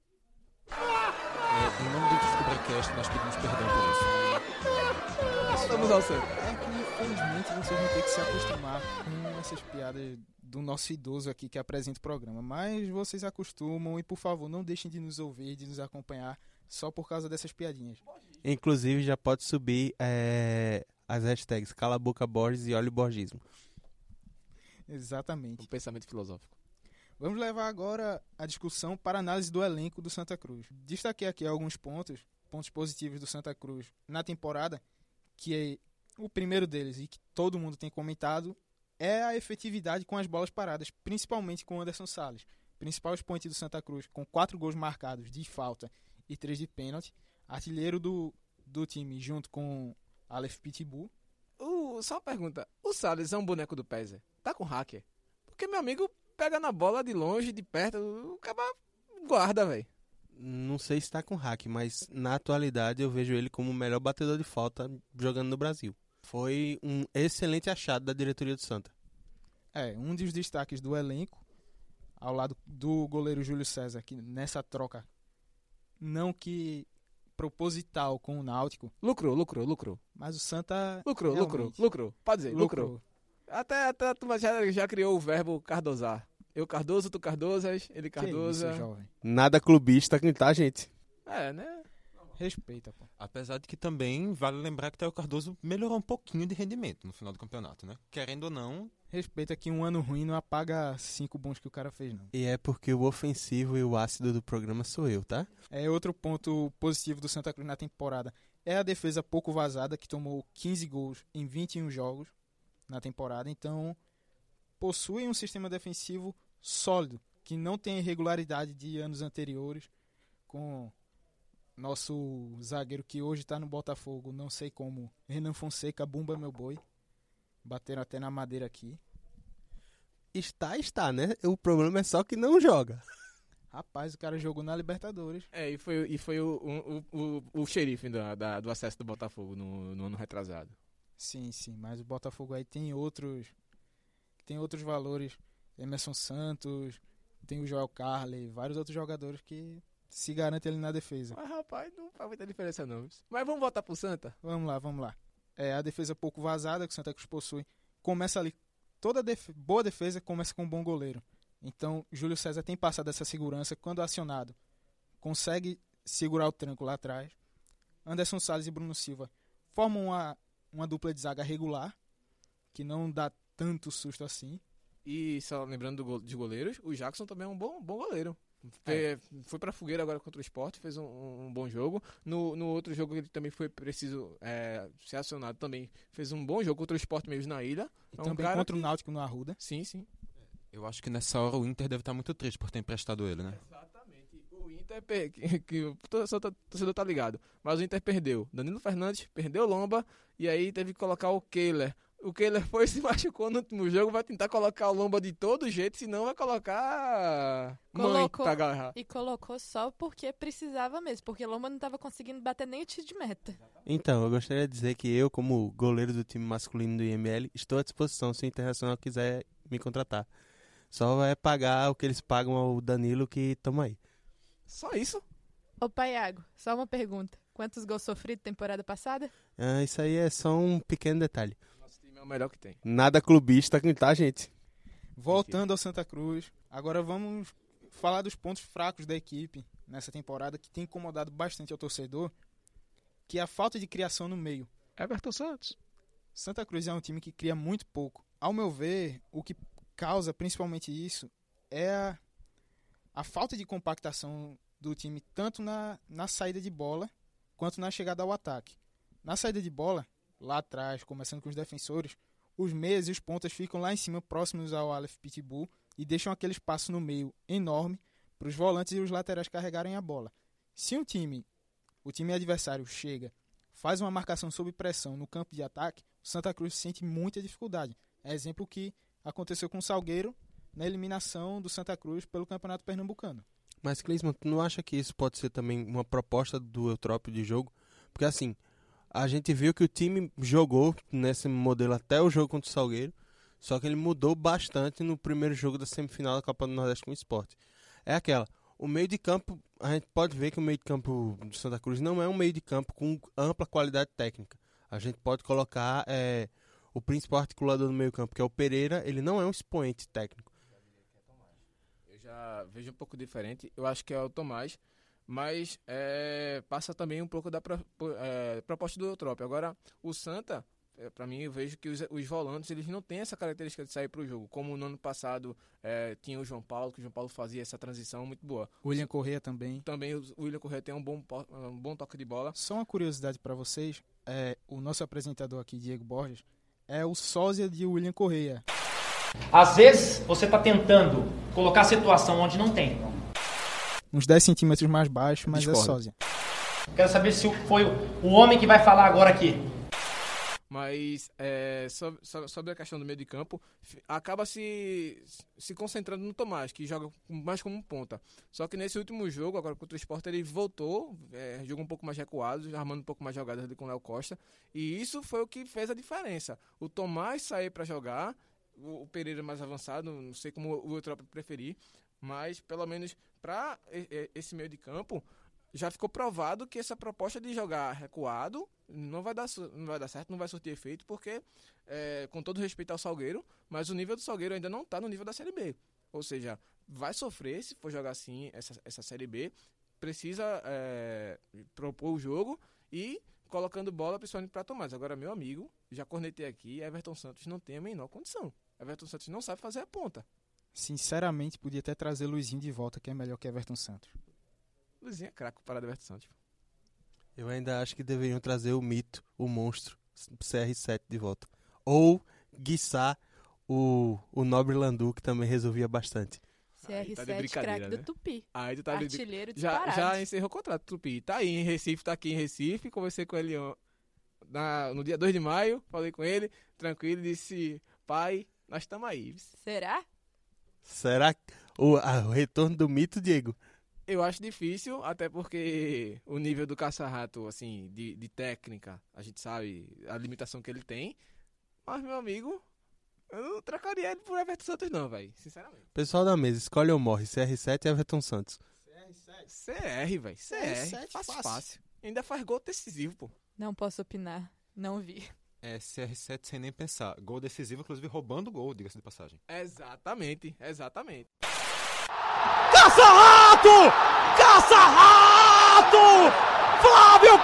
É, em nome do Descubracast, nós pedimos perdão por isso. Estamos ao centro. É que, infelizmente, vocês vão ter que se acostumar com essas piadas do nosso idoso aqui que apresenta o programa. Mas vocês acostumam e, por favor, não deixem de nos ouvir, de nos acompanhar só por causa dessas piadinhas. Inclusive, já pode subir é, as hashtags Cala a Boca Borges e Olha o Borgismo. Exatamente. Um pensamento filosófico. Vamos levar agora a discussão para a análise do elenco do Santa Cruz. Destaquei aqui alguns pontos, pontos positivos do Santa Cruz na temporada, que é o primeiro deles e que todo mundo tem comentado, é a efetividade com as bolas paradas, principalmente com o Anderson Salles, principal expoente do Santa Cruz, com quatro gols marcados de falta e três de pênalti, artilheiro do, do time junto com Aleph Pitbull. Uh, só uma pergunta, o Salles é um boneco do Pézer? Tá com hacker? Porque meu amigo pega na bola de longe, de perto, o cara guarda, velho. Não sei se tá com hack, mas na atualidade eu vejo ele como o melhor batedor de falta jogando no Brasil. Foi um excelente achado da diretoria do Santa. É, um dos destaques do elenco, ao lado do goleiro Júlio César, que nessa troca, não que proposital com o Náutico. Lucrou, lucrou, lucrou. Mas o Santa... Lucrou, realmente, lucrou, lucrou. Pode dizer, lucrou. lucrou. Até, até a turma já, já criou o verbo cardosar. Eu Cardoso, tu Cardosas, ele Cardosa. Que isso, jovem? Nada clubista, tá, gente? É, né? Respeita, pô. Apesar de que também vale lembrar que o Theo Cardoso melhorou um pouquinho de rendimento no final do campeonato, né? Querendo ou não... Respeita que um ano ruim não apaga cinco bons que o cara fez, não. E é porque o ofensivo e o ácido do programa sou eu, tá? É outro ponto positivo do Santa Cruz na temporada. É a defesa pouco vazada, que tomou quinze gols em vinte e um jogos na temporada. Então, possui um sistema defensivo sólido, que não tem irregularidade de anos anteriores, com nosso zagueiro que hoje está no Botafogo, não sei como, Renan Fonseca, bumba meu boi. Bateram até na madeira aqui. Está, está, né? O problema é só que não joga. Rapaz, o cara jogou na Libertadores. É, e foi, e foi o, o, o, o xerife da, da, do acesso do Botafogo no, no ano retrasado. Sim, sim, mas o Botafogo aí tem outros, tem outros valores. Emerson Santos, tem o Joel Carley, vários outros jogadores que se garantem ali na defesa. Mas, rapaz, não faz muita diferença não. Mas vamos voltar pro Santa? Vamos lá, vamos lá. É, a defesa pouco vazada que o Santa Cruz possui. Começa ali, toda def- boa defesa começa com um bom goleiro. Então, Júlio César tem passado essa segurança quando acionado. Consegue segurar o tranco lá atrás. Anderson Salles e Bruno Silva formam uma, uma dupla de zaga regular, que não dá tanto susto assim. E só lembrando do go- de goleiros, o Jackson também é um bom, bom goleiro. É. Foi pra fogueira agora contra o Sport, fez um, um bom jogo. No, no outro jogo ele também foi preciso é, ser acionado também. Fez um bom jogo contra o Sport mesmo na ilha. E é um também contra que... o Náutico no Arruda. Sim, sim. Eu acho que nessa hora o Inter deve estar muito triste por ter emprestado ele, né? Exatamente. O Inter, per... que, que o torcedor tá ligado, mas o Inter perdeu Danilo Fernandes, perdeu Lomba, e aí teve que colocar o Kehler. O Kehler foi e se machucou no último jogo, vai tentar colocar o Lomba de todo jeito, senão vai colocar colocou, mãe pra agarrar. E colocou só porque precisava mesmo, porque o Lomba não tava conseguindo bater nem o tiro de meta. Então, eu gostaria de dizer que eu, como goleiro do time masculino do I M L, estou à disposição se o Internacional quiser me contratar. Só vai pagar o que eles pagam ao Danilo, que toma aí. Só isso? Ô, Paiago, só uma pergunta. Quantos gols sofridos temporada passada? Ah, isso aí é só um pequeno detalhe. Nosso time é o melhor que tem. Nada clubista, tá, gente? Voltando ao Santa Cruz, agora vamos falar dos pontos fracos da equipe nessa temporada, que tem incomodado bastante ao torcedor, que é a falta de criação no meio. Everton Santos. Santa Cruz é um time que cria muito pouco. Ao meu ver, o que causa principalmente isso é a, a falta de compactação do time, tanto na, na saída de bola quanto na chegada ao ataque. Na saída de bola, lá atrás, começando com os defensores, os meias e os pontas ficam lá em cima, próximos ao Aleph Pitbull, e deixam aquele espaço no meio enorme para os volantes e os laterais carregarem a bola. Se um time, o time adversário chega, faz uma marcação sob pressão no campo de ataque, o Santa Cruz sente muita dificuldade. É exemplo que aconteceu com o Salgueiro na eliminação do Santa Cruz pelo Campeonato Pernambucano. Mas, Clisman, tu não acha que isso pode ser também uma proposta do Eutrópio de jogo? Porque, assim, a gente viu que o time jogou nesse modelo até o jogo contra o Salgueiro, só que ele mudou bastante no primeiro jogo da semifinal da Copa do Nordeste com o Sport. É aquela, o meio de campo, a gente pode ver que o meio de campo do Santa Cruz não é um meio de campo com ampla qualidade técnica. A gente pode colocar é, o principal articulador do meio campo, que é o Pereira, ele não é um expoente técnico. Eu já vejo um pouco diferente, eu acho que é o Tomás, mas é, passa também um pouco da pro, é, proposta do Eutrópio. Agora, o Santa, é, para mim, eu vejo que os, os volantes eles não têm essa característica de sair para o jogo. Como no ano passado é, tinha o João Paulo, que o João Paulo fazia essa transição muito boa. O William Corrêa também. Também o William Corrêa tem um bom, um bom toque de bola. Só uma curiosidade para vocês, é, o nosso apresentador aqui, Diego Borges, é o sósia de William Corrêa. Às vezes, você está tentando colocar a situação onde não tem. Uns dez centímetros mais baixo, mas Discordo. É sósia. Quero saber se foi o homem que vai falar agora aqui. Mas é, sobre, sobre a questão do meio de campo, acaba se, se concentrando no Tomás, que joga mais como um ponta. Só que nesse último jogo, agora contra o Sport, ele voltou, é, jogou um pouco mais recuado, armando um pouco mais jogadas ali com o Léo Costa. E isso foi o que fez a diferença. O Tomás sair para jogar, o, o Pereira mais avançado, não sei como o Eutrópio preferir, mas pelo menos para esse meio de campo, já ficou provado que essa proposta de jogar recuado não vai dar, não vai dar certo, não vai surtir efeito, porque, é, com todo respeito ao Salgueiro, mas o nível do Salgueiro ainda não está no nível da Série B. Ou seja, vai sofrer se for jogar assim essa, essa Série B, precisa é, propor o jogo e colocando bola principalmente para Tomás. Agora, meu amigo, já cornetei aqui, Everton Santos não tem a menor condição. Everton Santos não sabe fazer a ponta. Sinceramente, podia até trazer Luizinho de volta, que é melhor que Everton Santos. Luizinho é craque para Everton Santos. Eu ainda acho que deveriam trazer o mito, o monstro, C R sete de volta. Ou, guiçar, o, o Nobre Landu, que também resolvia bastante. C R sete, tá craque do Tupi. Aí tu tá Artilheiro de... já, disparado. já encerrou o contrato do Tupi. Tá aí em Recife, tá aqui em Recife. Conversei com ele na, no dia dois de maio. Falei com ele, tranquilo. Disse, pai, nós estamos aí. Será? Será o, a, o retorno do mito, Diego? Eu acho difícil, até porque o nível do Caça-Rato, assim, de, de técnica, a gente sabe a limitação que ele tem. Mas, meu amigo, eu não trocaria ele por Everton Santos não, velho, sinceramente. Pessoal da mesa, escolhe ou morre, C R sete e Everton Santos. C R sete? C R, velho, C R, fácil, fácil, fácil. Ainda faz gol decisivo, pô. Não posso opinar, não vi. É, C R sete sem nem pensar. Gol decisivo, inclusive roubando gol, diga-se de passagem. Exatamente, exatamente. Caça-Rato! Caça-Rato! Flávio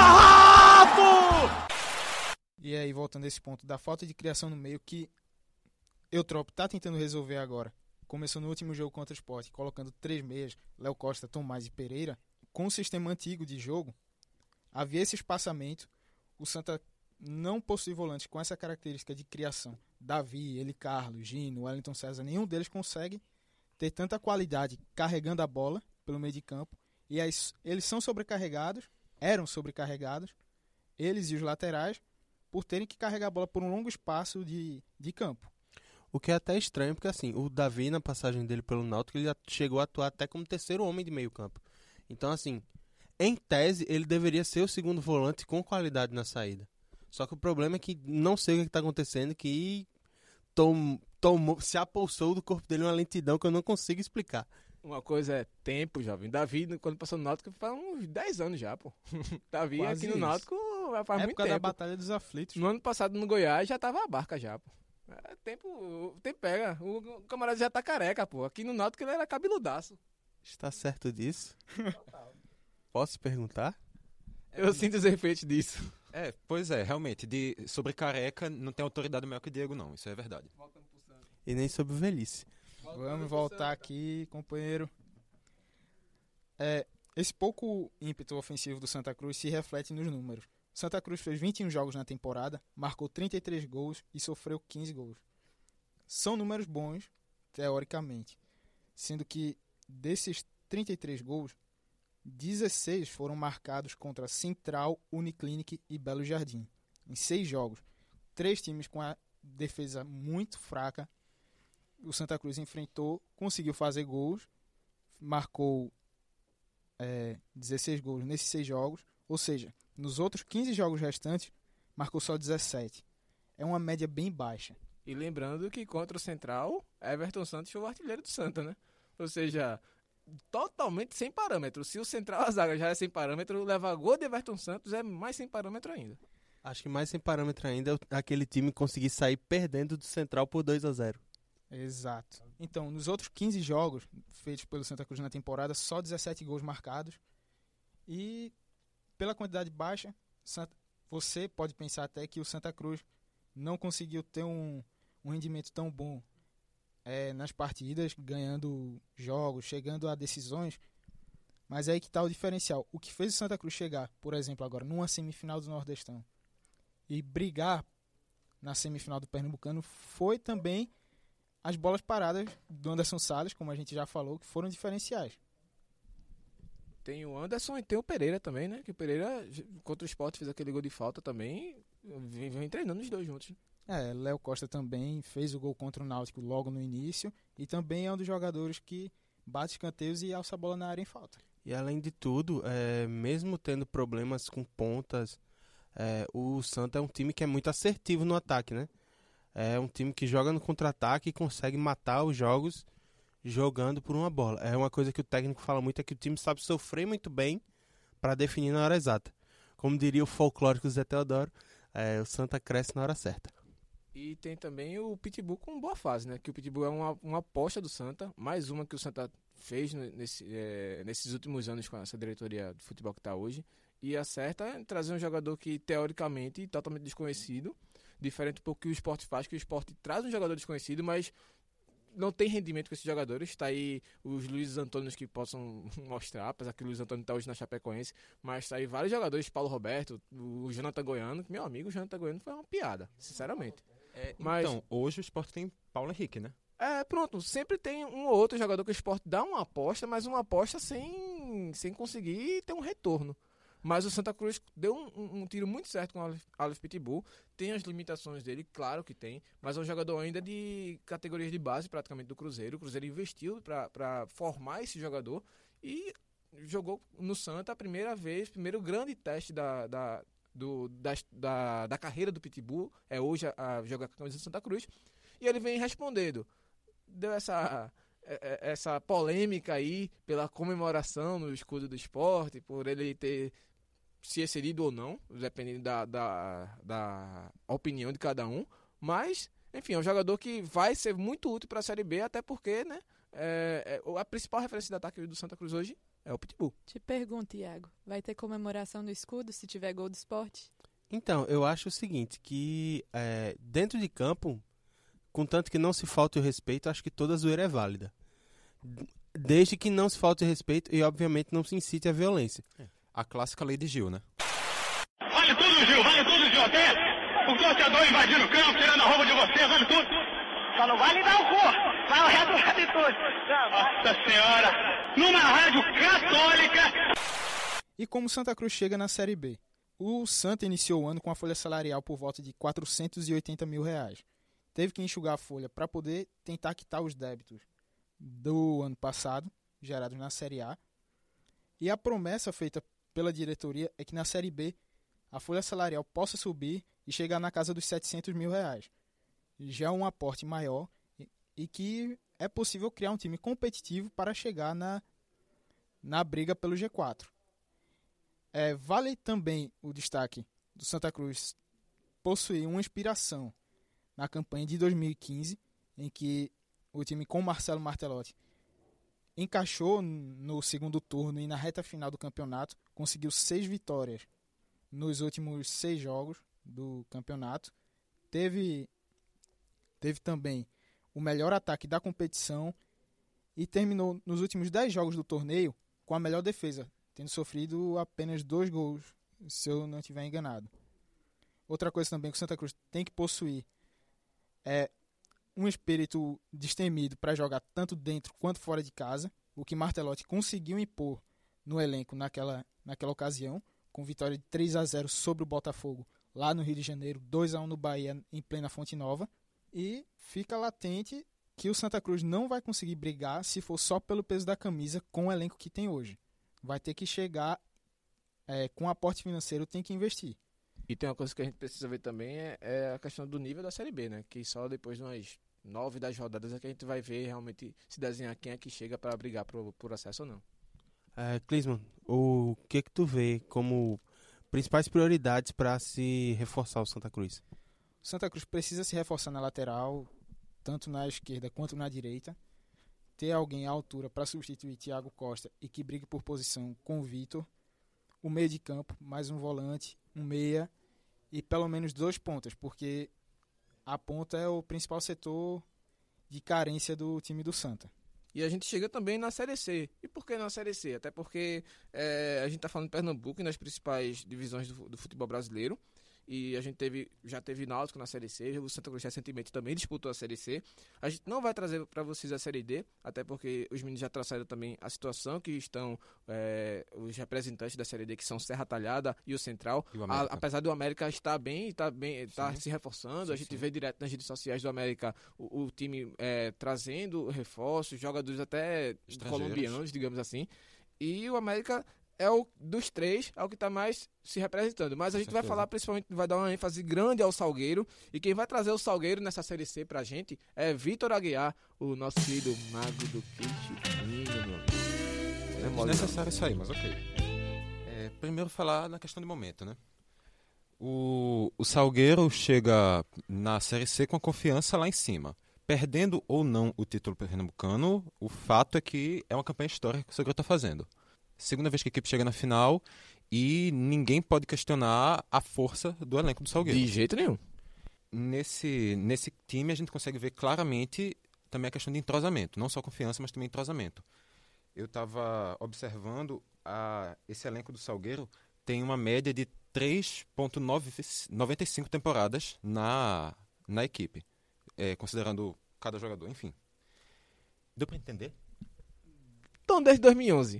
Caça-Rato! E aí, voltando a esse ponto da falta de criação no meio, que Eutrópio tá tentando resolver agora começou no último jogo contra o Sport, colocando três meias, Léo Costa, Tomás e Pereira, com o sistema antigo de jogo, havia esse espaçamento. O Santa não possui volantes com essa característica de criação. Davi, Eli Carlos, Gino, Wellington César, nenhum deles consegue ter tanta qualidade carregando a bola pelo meio de campo. E aí, eles são sobrecarregados, eram sobrecarregados, eles e os laterais, por terem que carregar a bola por um longo espaço de, de campo. O que é até estranho, porque assim, o Davi, na passagem dele pelo Náutico, ele chegou a atuar até como terceiro homem de meio campo. Então, assim, em tese, ele deveria ser o segundo volante com qualidade na saída. Só que o problema é que não sei o que está acontecendo, que tom, tomou, se apolsou do corpo dele uma lentidão que eu não consigo explicar. Uma coisa é tempo, jovem. Davi, quando passou no Náutico, faz uns dez anos já, pô. Davi Quase aqui no isso. Náutico faz Época muito tempo. da Batalha dos Aflitos. No ano passado, no Goiás, já tava a barca já, pô. É, tempo, o tempo pega. O, o camarada já tá careca, pô. Aqui no Náutico ele era cabeludaço. Está certo disso? Posso perguntar? Eu sinto os efeitos disso. É, pois é, realmente, de, sobre careca não tem autoridade maior que o Diego, não, isso é verdade. E nem sobre velhice. Vamos voltar aqui, companheiro. É, esse pouco ímpeto ofensivo do Santa Cruz se reflete nos números. Santa Cruz fez vinte e um jogos na temporada, marcou trinta e três gols e sofreu quinze gols. São números bons, teoricamente, sendo que desses trinta e três gols, dezesseis foram marcados contra Central, Uniclinic e Belo Jardim. Em seis jogos, três times com a defesa muito fraca, o Santa Cruz enfrentou, conseguiu fazer gols, marcou é, dezesseis gols nesses seis jogos, ou seja, nos outros quinze jogos restantes, marcou só dezessete. É uma média bem baixa. E lembrando que contra o Central, Everton Santos foi o artilheiro do Santa, né? Ou seja, totalmente sem parâmetro. Se o Central, a zaga já é sem parâmetro, levar gol de Everton Santos é mais sem parâmetro ainda. Acho que mais sem parâmetro ainda é aquele time conseguir sair perdendo do Central por dois a zero. Exato. Então, nos outros quinze jogos feitos pelo Santa Cruz na temporada, só dezessete gols marcados. E pela quantidade baixa, você pode pensar até que o Santa Cruz não conseguiu ter um, um rendimento tão bom é, nas partidas, ganhando jogos, chegando a decisões. Mas é aí que está o diferencial. O que fez o Santa Cruz chegar, por exemplo, agora numa semifinal do Nordestão e brigar na semifinal do Pernambucano foi também as bolas paradas do Anderson Salles, como a gente já falou, que foram diferenciais. Tem o Anderson e tem o Pereira também, né? Que o Pereira, contra o Sport, fez aquele gol de falta também. Vem, vem treinando os dois juntos. É, Léo Costa também fez o gol contra o Náutico logo no início. E também é um dos jogadores que bate escanteios e alça a bola na área em falta. E além de tudo, é, mesmo tendo problemas com pontas, é, o Santa é um time que é muito assertivo no ataque, né? É um time que joga no contra-ataque e consegue matar os jogos jogando por uma bola. É uma coisa que o técnico fala muito, é que o time sabe sofrer muito bem para definir na hora exata. Como diria o folclórico Zé Teodoro, é, o Santa cresce na hora certa. E tem também o Pitbull com boa fase, né? Que o Pitbull é uma, uma aposta do Santa, mais uma que o Santa fez nesse, é, nesses últimos anos com essa diretoria de futebol que está hoje. E acerta em trazer um jogador que, teoricamente, totalmente desconhecido, diferente do pouco que o Sport faz, que o Sport traz um jogador desconhecido, mas não tem rendimento com esses jogadores. Está aí os Luiz Antônios que possam mostrar, apesar que o Luiz Antônio está hoje na Chapecoense, mas está aí vários jogadores, Paulo Roberto, o Jonathan Goiano, que, meu amigo, o Jonathan Goiano foi uma piada, sinceramente. É, mas, então, hoje o Sport tem Paulo Henrique, né? É, pronto, sempre tem um ou outro jogador que o Sport dá uma aposta, mas uma aposta sem, sem conseguir ter um retorno. Mas o Santa Cruz deu um, um, um tiro muito certo com o Aleph Pitbull. Tem as limitações dele, claro que tem. Mas é um jogador ainda de categorias de base, praticamente, do Cruzeiro. O Cruzeiro investiu para formar esse jogador e jogou no Santa a primeira vez, primeiro grande teste da, da, do, da, da, da carreira do Pitbull. É hoje a, a jogar com a camisa do Santa Cruz. E ele vem respondendo. Deu essa... essa polêmica aí pela comemoração no escudo do Sport, por ele ter se excedido ou não, dependendo da, da, da opinião de cada um, mas, enfim, é um jogador que vai ser muito útil para a Série B, até porque, né, é, é, a principal referência de ataque do Santa Cruz hoje é o Pitbull. Te pergunto, Iago, vai ter comemoração no escudo se tiver gol do Sport? Então, eu acho o seguinte, que é, dentro de campo, contanto que não se falte o respeito, acho que toda zoeira é válida. Desde que não se falte o respeito e, obviamente, não se incite a violência. É. A clássica lei de Gil, né? Vale tudo, Gil, vale tudo, Gil, até o torcedor invadindo o campo, tirando a roupa de você, vale tudo. Só não vale dar o cu, vai o resto vale tudo. Nossa Senhora, numa rádio católica. E como Santa Cruz chega na Série B? O Santa iniciou o ano com a folha salarial por volta de quatrocentos e oitenta mil reais. Teve que enxugar a folha para poder tentar quitar os débitos do ano passado, gerados na Série A. E a promessa feita pela diretoria é que na Série B a folha salarial possa subir e chegar na casa dos setecentos mil reais. Já um aporte maior e, e que é possível criar um time competitivo para chegar na, na briga pelo G quatro. É, vale também o destaque do Santa Cruz possuir uma inspiração na campanha de dois mil e quinze, em que o time com Marcelo Martelotti encaixou no segundo turno e na reta final do campeonato, conseguiu seis vitórias nos últimos seis jogos do campeonato. Teve, teve também o melhor ataque da competição e terminou nos últimos dez jogos do torneio com a melhor defesa, tendo sofrido apenas dois gols, se eu não estiver enganado. Outra coisa também que o Santa Cruz tem que possuir é um espírito destemido para jogar tanto dentro quanto fora de casa, o que Martelotti conseguiu impor no elenco naquela, naquela ocasião, com vitória de três a zero sobre o Botafogo, lá no Rio de Janeiro, dois a um no Bahia, em plena Fonte Nova, e fica latente que o Santa Cruz não vai conseguir brigar se for só pelo peso da camisa com o elenco que tem hoje. Vai ter que chegar é, com aporte financeiro, tem que investir. E tem uma coisa que a gente precisa ver também, é, é a questão do nível da Série B, né? Que só depois de umas nove das rodadas é que a gente vai ver realmente se desenhar quem é que chega para brigar por, por acesso ou não. É, Clisman, o que que tu vê como principais prioridades para se reforçar o Santa Cruz? O Santa Cruz precisa se reforçar na lateral, tanto na esquerda quanto na direita. Ter alguém à altura para substituir Thiago Costa e que brigue por posição com o Vitor. O meio de campo, mais um volante, um meia e pelo menos dois pontas, porque a ponta é o principal setor de carência do time do Santa. E a gente chega também na Série C. E por que na Série C? Até porque é, a gente está falando de Pernambuco e nas principais divisões do, do futebol brasileiro. E a gente teve, já teve Náutico na Série C, o Santa Cruz recentemente também disputou a Série C. A gente não vai trazer para vocês a Série D, até porque os meninos já trouxeram também a situação que estão é, os representantes da Série D, que são Serra Talhada e o Central. E o a, apesar do América estar bem, está bem, está se reforçando, sim, a gente sim. vê direto nas redes sociais do América o, o time é, trazendo reforços, jogadores até colombianos, digamos assim. E o América é o dos três, é o que está mais se representando. Mas a gente vai falar, principalmente, vai dar uma ênfase grande ao Salgueiro. E quem vai trazer o Salgueiro nessa Série C pra gente é Vitor Aguiar, o nosso querido mago do kit. É desnecessário isso aí, mas ok. É, primeiro falar na questão de momento, né? O, o Salgueiro chega na Série C com a confiança lá em cima. Perdendo ou não o título pernambucano, o fato é que é uma campanha histórica que o Salgueiro está fazendo. Segunda vez que a equipe chega na final e ninguém pode questionar a força do elenco do Salgueiro. De jeito nenhum. Nesse, nesse time a gente consegue ver claramente também a questão de entrosamento. Não só confiança, mas também entrosamento. Eu estava observando a, esse elenco do Salgueiro tem uma média de três vírgula noventa e cinco temporadas na, na equipe. É, considerando cada jogador, enfim. Deu para entender? Então, desde dois mil e onze.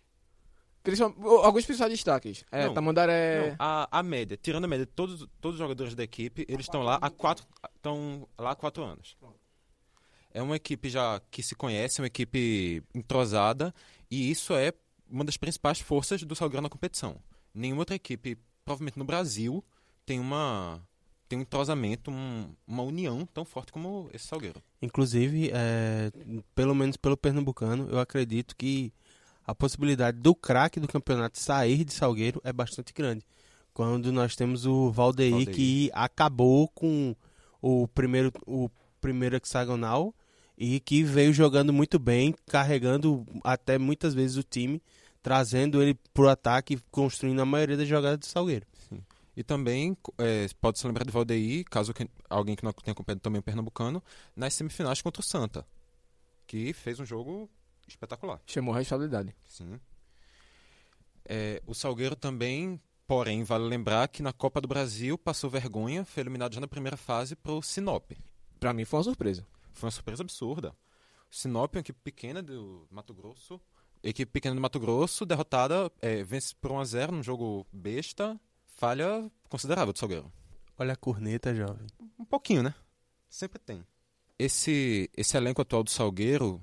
Alguns principais destaques. É, não, Tamandaré... não, a, a média, tirando a média, todos, todos os jogadores da equipe, eles estão lá há quatro, estão lá há quatro anos. É uma equipe já que se conhece, uma equipe entrosada, e isso é uma das principais forças do Salgueiro na competição. Nenhuma outra equipe, provavelmente no Brasil, tem uma tem um entrosamento, um, uma união tão forte como esse Salgueiro. Inclusive, é, pelo menos pelo pernambucano, eu acredito que a possibilidade do craque do campeonato sair de Salgueiro é bastante grande. Quando nós temos o Valdeir, Valdeir. que acabou com o primeiro, o primeiro hexagonal e que veio jogando muito bem, carregando até muitas vezes o time, trazendo ele pro ataque, construindo a maioria das jogadas do Salgueiro. Sim. E também é, pode se lembrar de Valdeir, caso que, alguém que não tenha acompanhado também o Pernambucano, nas semifinais contra o Santa, que fez um jogo espetacular. Chamou a responsabilidade. Sim. É, o Salgueiro também, porém, vale lembrar que na Copa do Brasil passou vergonha, foi eliminado já na primeira fase para o Sinop. Pra mim foi uma surpresa. Foi uma surpresa absurda. O Sinop é uma equipe pequena do Mato Grosso, equipe pequena do Mato Grosso, derrotada, é, vence por um a zero num jogo besta, falha considerável do Salgueiro. Olha a corneta, jovem. Um pouquinho, né? Sempre tem. Esse, esse elenco atual do Salgueiro,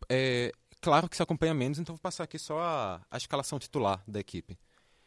é claro que se acompanha menos, então vou passar aqui só a, a escalação titular da equipe.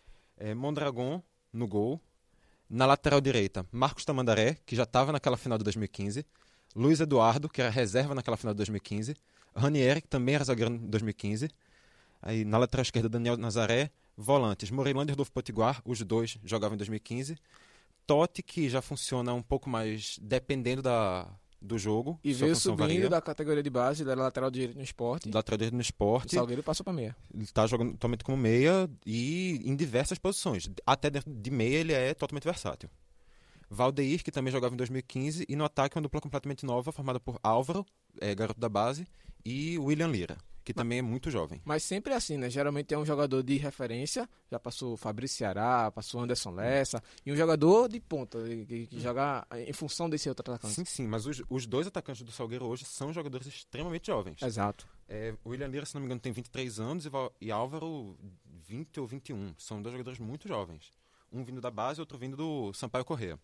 É, Mondragon no gol. Na lateral direita, Marcos Tamandaré, que já estava naquela final de dois mil e quinze. Luiz Eduardo, que era reserva naquela final de dois mil e quinze. Ranieri, que também era zagueiro em dois mil e quinze. Aí, na lateral esquerda, Daniel Nazaré. Volantes, Moreilândia e Rodolfo Potiguar, os dois jogavam em dois mil e quinze. Totti, que já funciona um pouco mais dependendo da, do jogo. E veio subindo varia. Da categoria de base, da lateral direito no esporte. Da lateral direito no esporte. O Salgueiro passou para meia. Ele está jogando totalmente como meia e em diversas posições. Até dentro de meia ele é totalmente versátil. Valdeir, que também jogava em dois mil e quinze. E no ataque uma dupla completamente nova, formada por Álvaro, é, garoto da base, e William Lira, que também é muito jovem. Mas sempre assim, né? Geralmente é um jogador de referência, já passou Fabrício Ceará, passou Anderson Lessa, e um jogador de ponta, que, que joga em função desse outro atacante. Sim, sim, mas os, os dois atacantes do Salgueiro hoje são jogadores extremamente jovens. Exato. É, o William Lira, se não me engano, tem vinte e três anos e, Val, e Álvaro vinte ou vinte e um. São dois jogadores muito jovens. Um vindo da base e outro vindo do Sampaio Corrêa.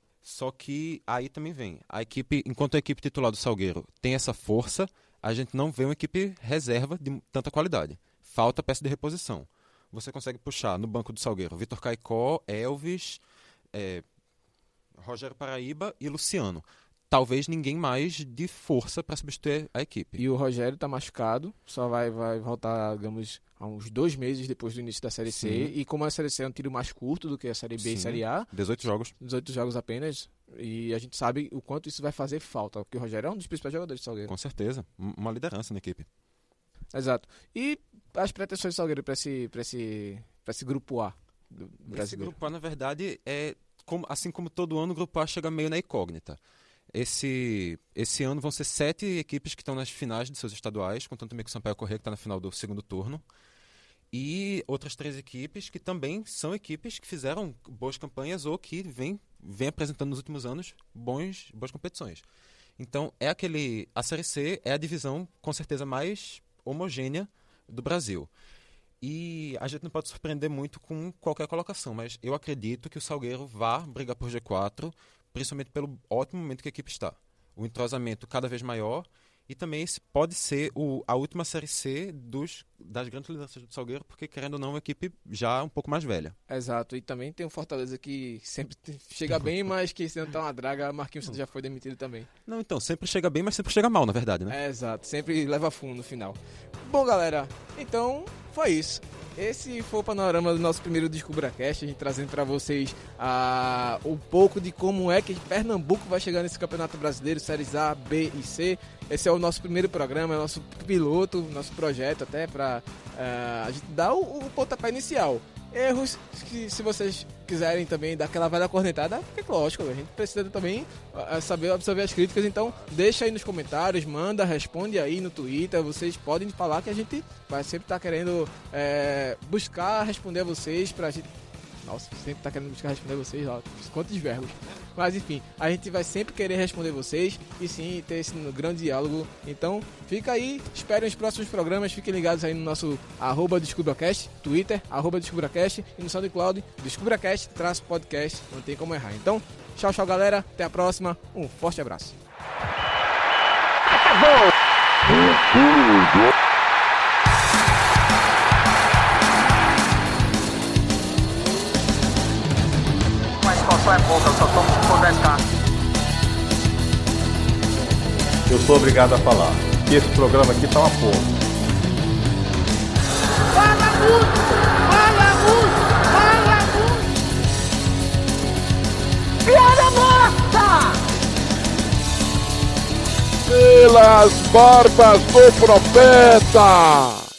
Só que aí também vem, a equipe, enquanto a equipe titular do Salgueiro tem essa força, a gente não vê uma equipe reserva de tanta qualidade. Falta peça de reposição. Você consegue puxar no banco do Salgueiro Vitor Caicó, Elvis, é, Rogério Paraíba e Luciano. Talvez ninguém mais de força para substituir a equipe. E o Rogério está machucado, só vai, vai voltar, digamos, há uns dois meses depois do início da Série C. Sim. E como a Série C é um tiro mais curto do que a Série B Sim. e Série A. dezoito jogos. dezoito jogos apenas. E a gente sabe o quanto isso vai fazer falta, porque o Rogério é um dos principais jogadores do Salgueiro. Com certeza. Uma liderança na equipe. Exato. E as pretensões do Salgueiro para esse, pra esse, pra esse grupo A do brasileiro? Esse grupo A, na verdade, é como, assim como todo ano, o grupo A chega meio na incógnita. Esse, esse ano vão ser sete equipes que estão nas finais de seus estaduais, contando também com o Sampaio Corrêa, que está na final do segundo turno. E outras três equipes que também são equipes que fizeram boas campanhas ou que vêm vem apresentando nos últimos anos bons, boas competições. Então, é aquele, a Série C é a divisão, com certeza, mais homogênea do Brasil. E a gente não pode surpreender muito com qualquer colocação, mas eu acredito que o Salgueiro vá brigar por G quatro, principalmente pelo ótimo momento que a equipe está. O entrosamento cada vez maior e também esse pode ser o, a última Série C dos, das grandes lideranças do Salgueiro, porque querendo ou não, é uma equipe já um pouco mais velha. Exato, e também tem o Fortaleza que sempre chega bem, mas que se não tá uma draga, Marquinhos já foi demitido também. Não, então, sempre chega bem, mas sempre chega mal, na verdade, né? É, exato, sempre leva fundo no final. Bom, galera, então foi isso. Esse foi o panorama do nosso primeiro DescubraCast, a gente trazendo para vocês ah, um pouco de como é que Pernambuco vai chegar nesse Campeonato Brasileiro, séries A, B e C. Esse é o nosso primeiro programa, é o nosso piloto, nosso projeto até para ah, a gente dar o, o pontapé inicial. Erros que, se vocês quiserem também dar aquela velha cornetada, porque lógico, a gente precisa também uh, saber absorver as críticas, então deixa aí nos comentários, manda, responde aí no Twitter, vocês podem falar que a gente vai sempre estar tá querendo é, buscar responder a vocês pra gente... Nossa, sempre tá querendo buscar responder vocês, ó, quantos verbos. Mas enfim, a gente vai sempre querer responder vocês e sim ter esse grande diálogo. Então, fica aí, esperem os próximos programas, fiquem ligados aí no nosso arroba DescubraCast, Twitter, arroba DescubraCast e no SoundCloud, DescubraCast, traço podcast, não tem como errar. Então, tchau, tchau, galera, até a próxima, um forte abraço. Só é pouca, eu só tomo se for dez K. Eu sou obrigado a falar que esse programa aqui tá uma porra. Fala muito! Fala muito! Fala muito! Piada morta! Pelas barbas do profeta!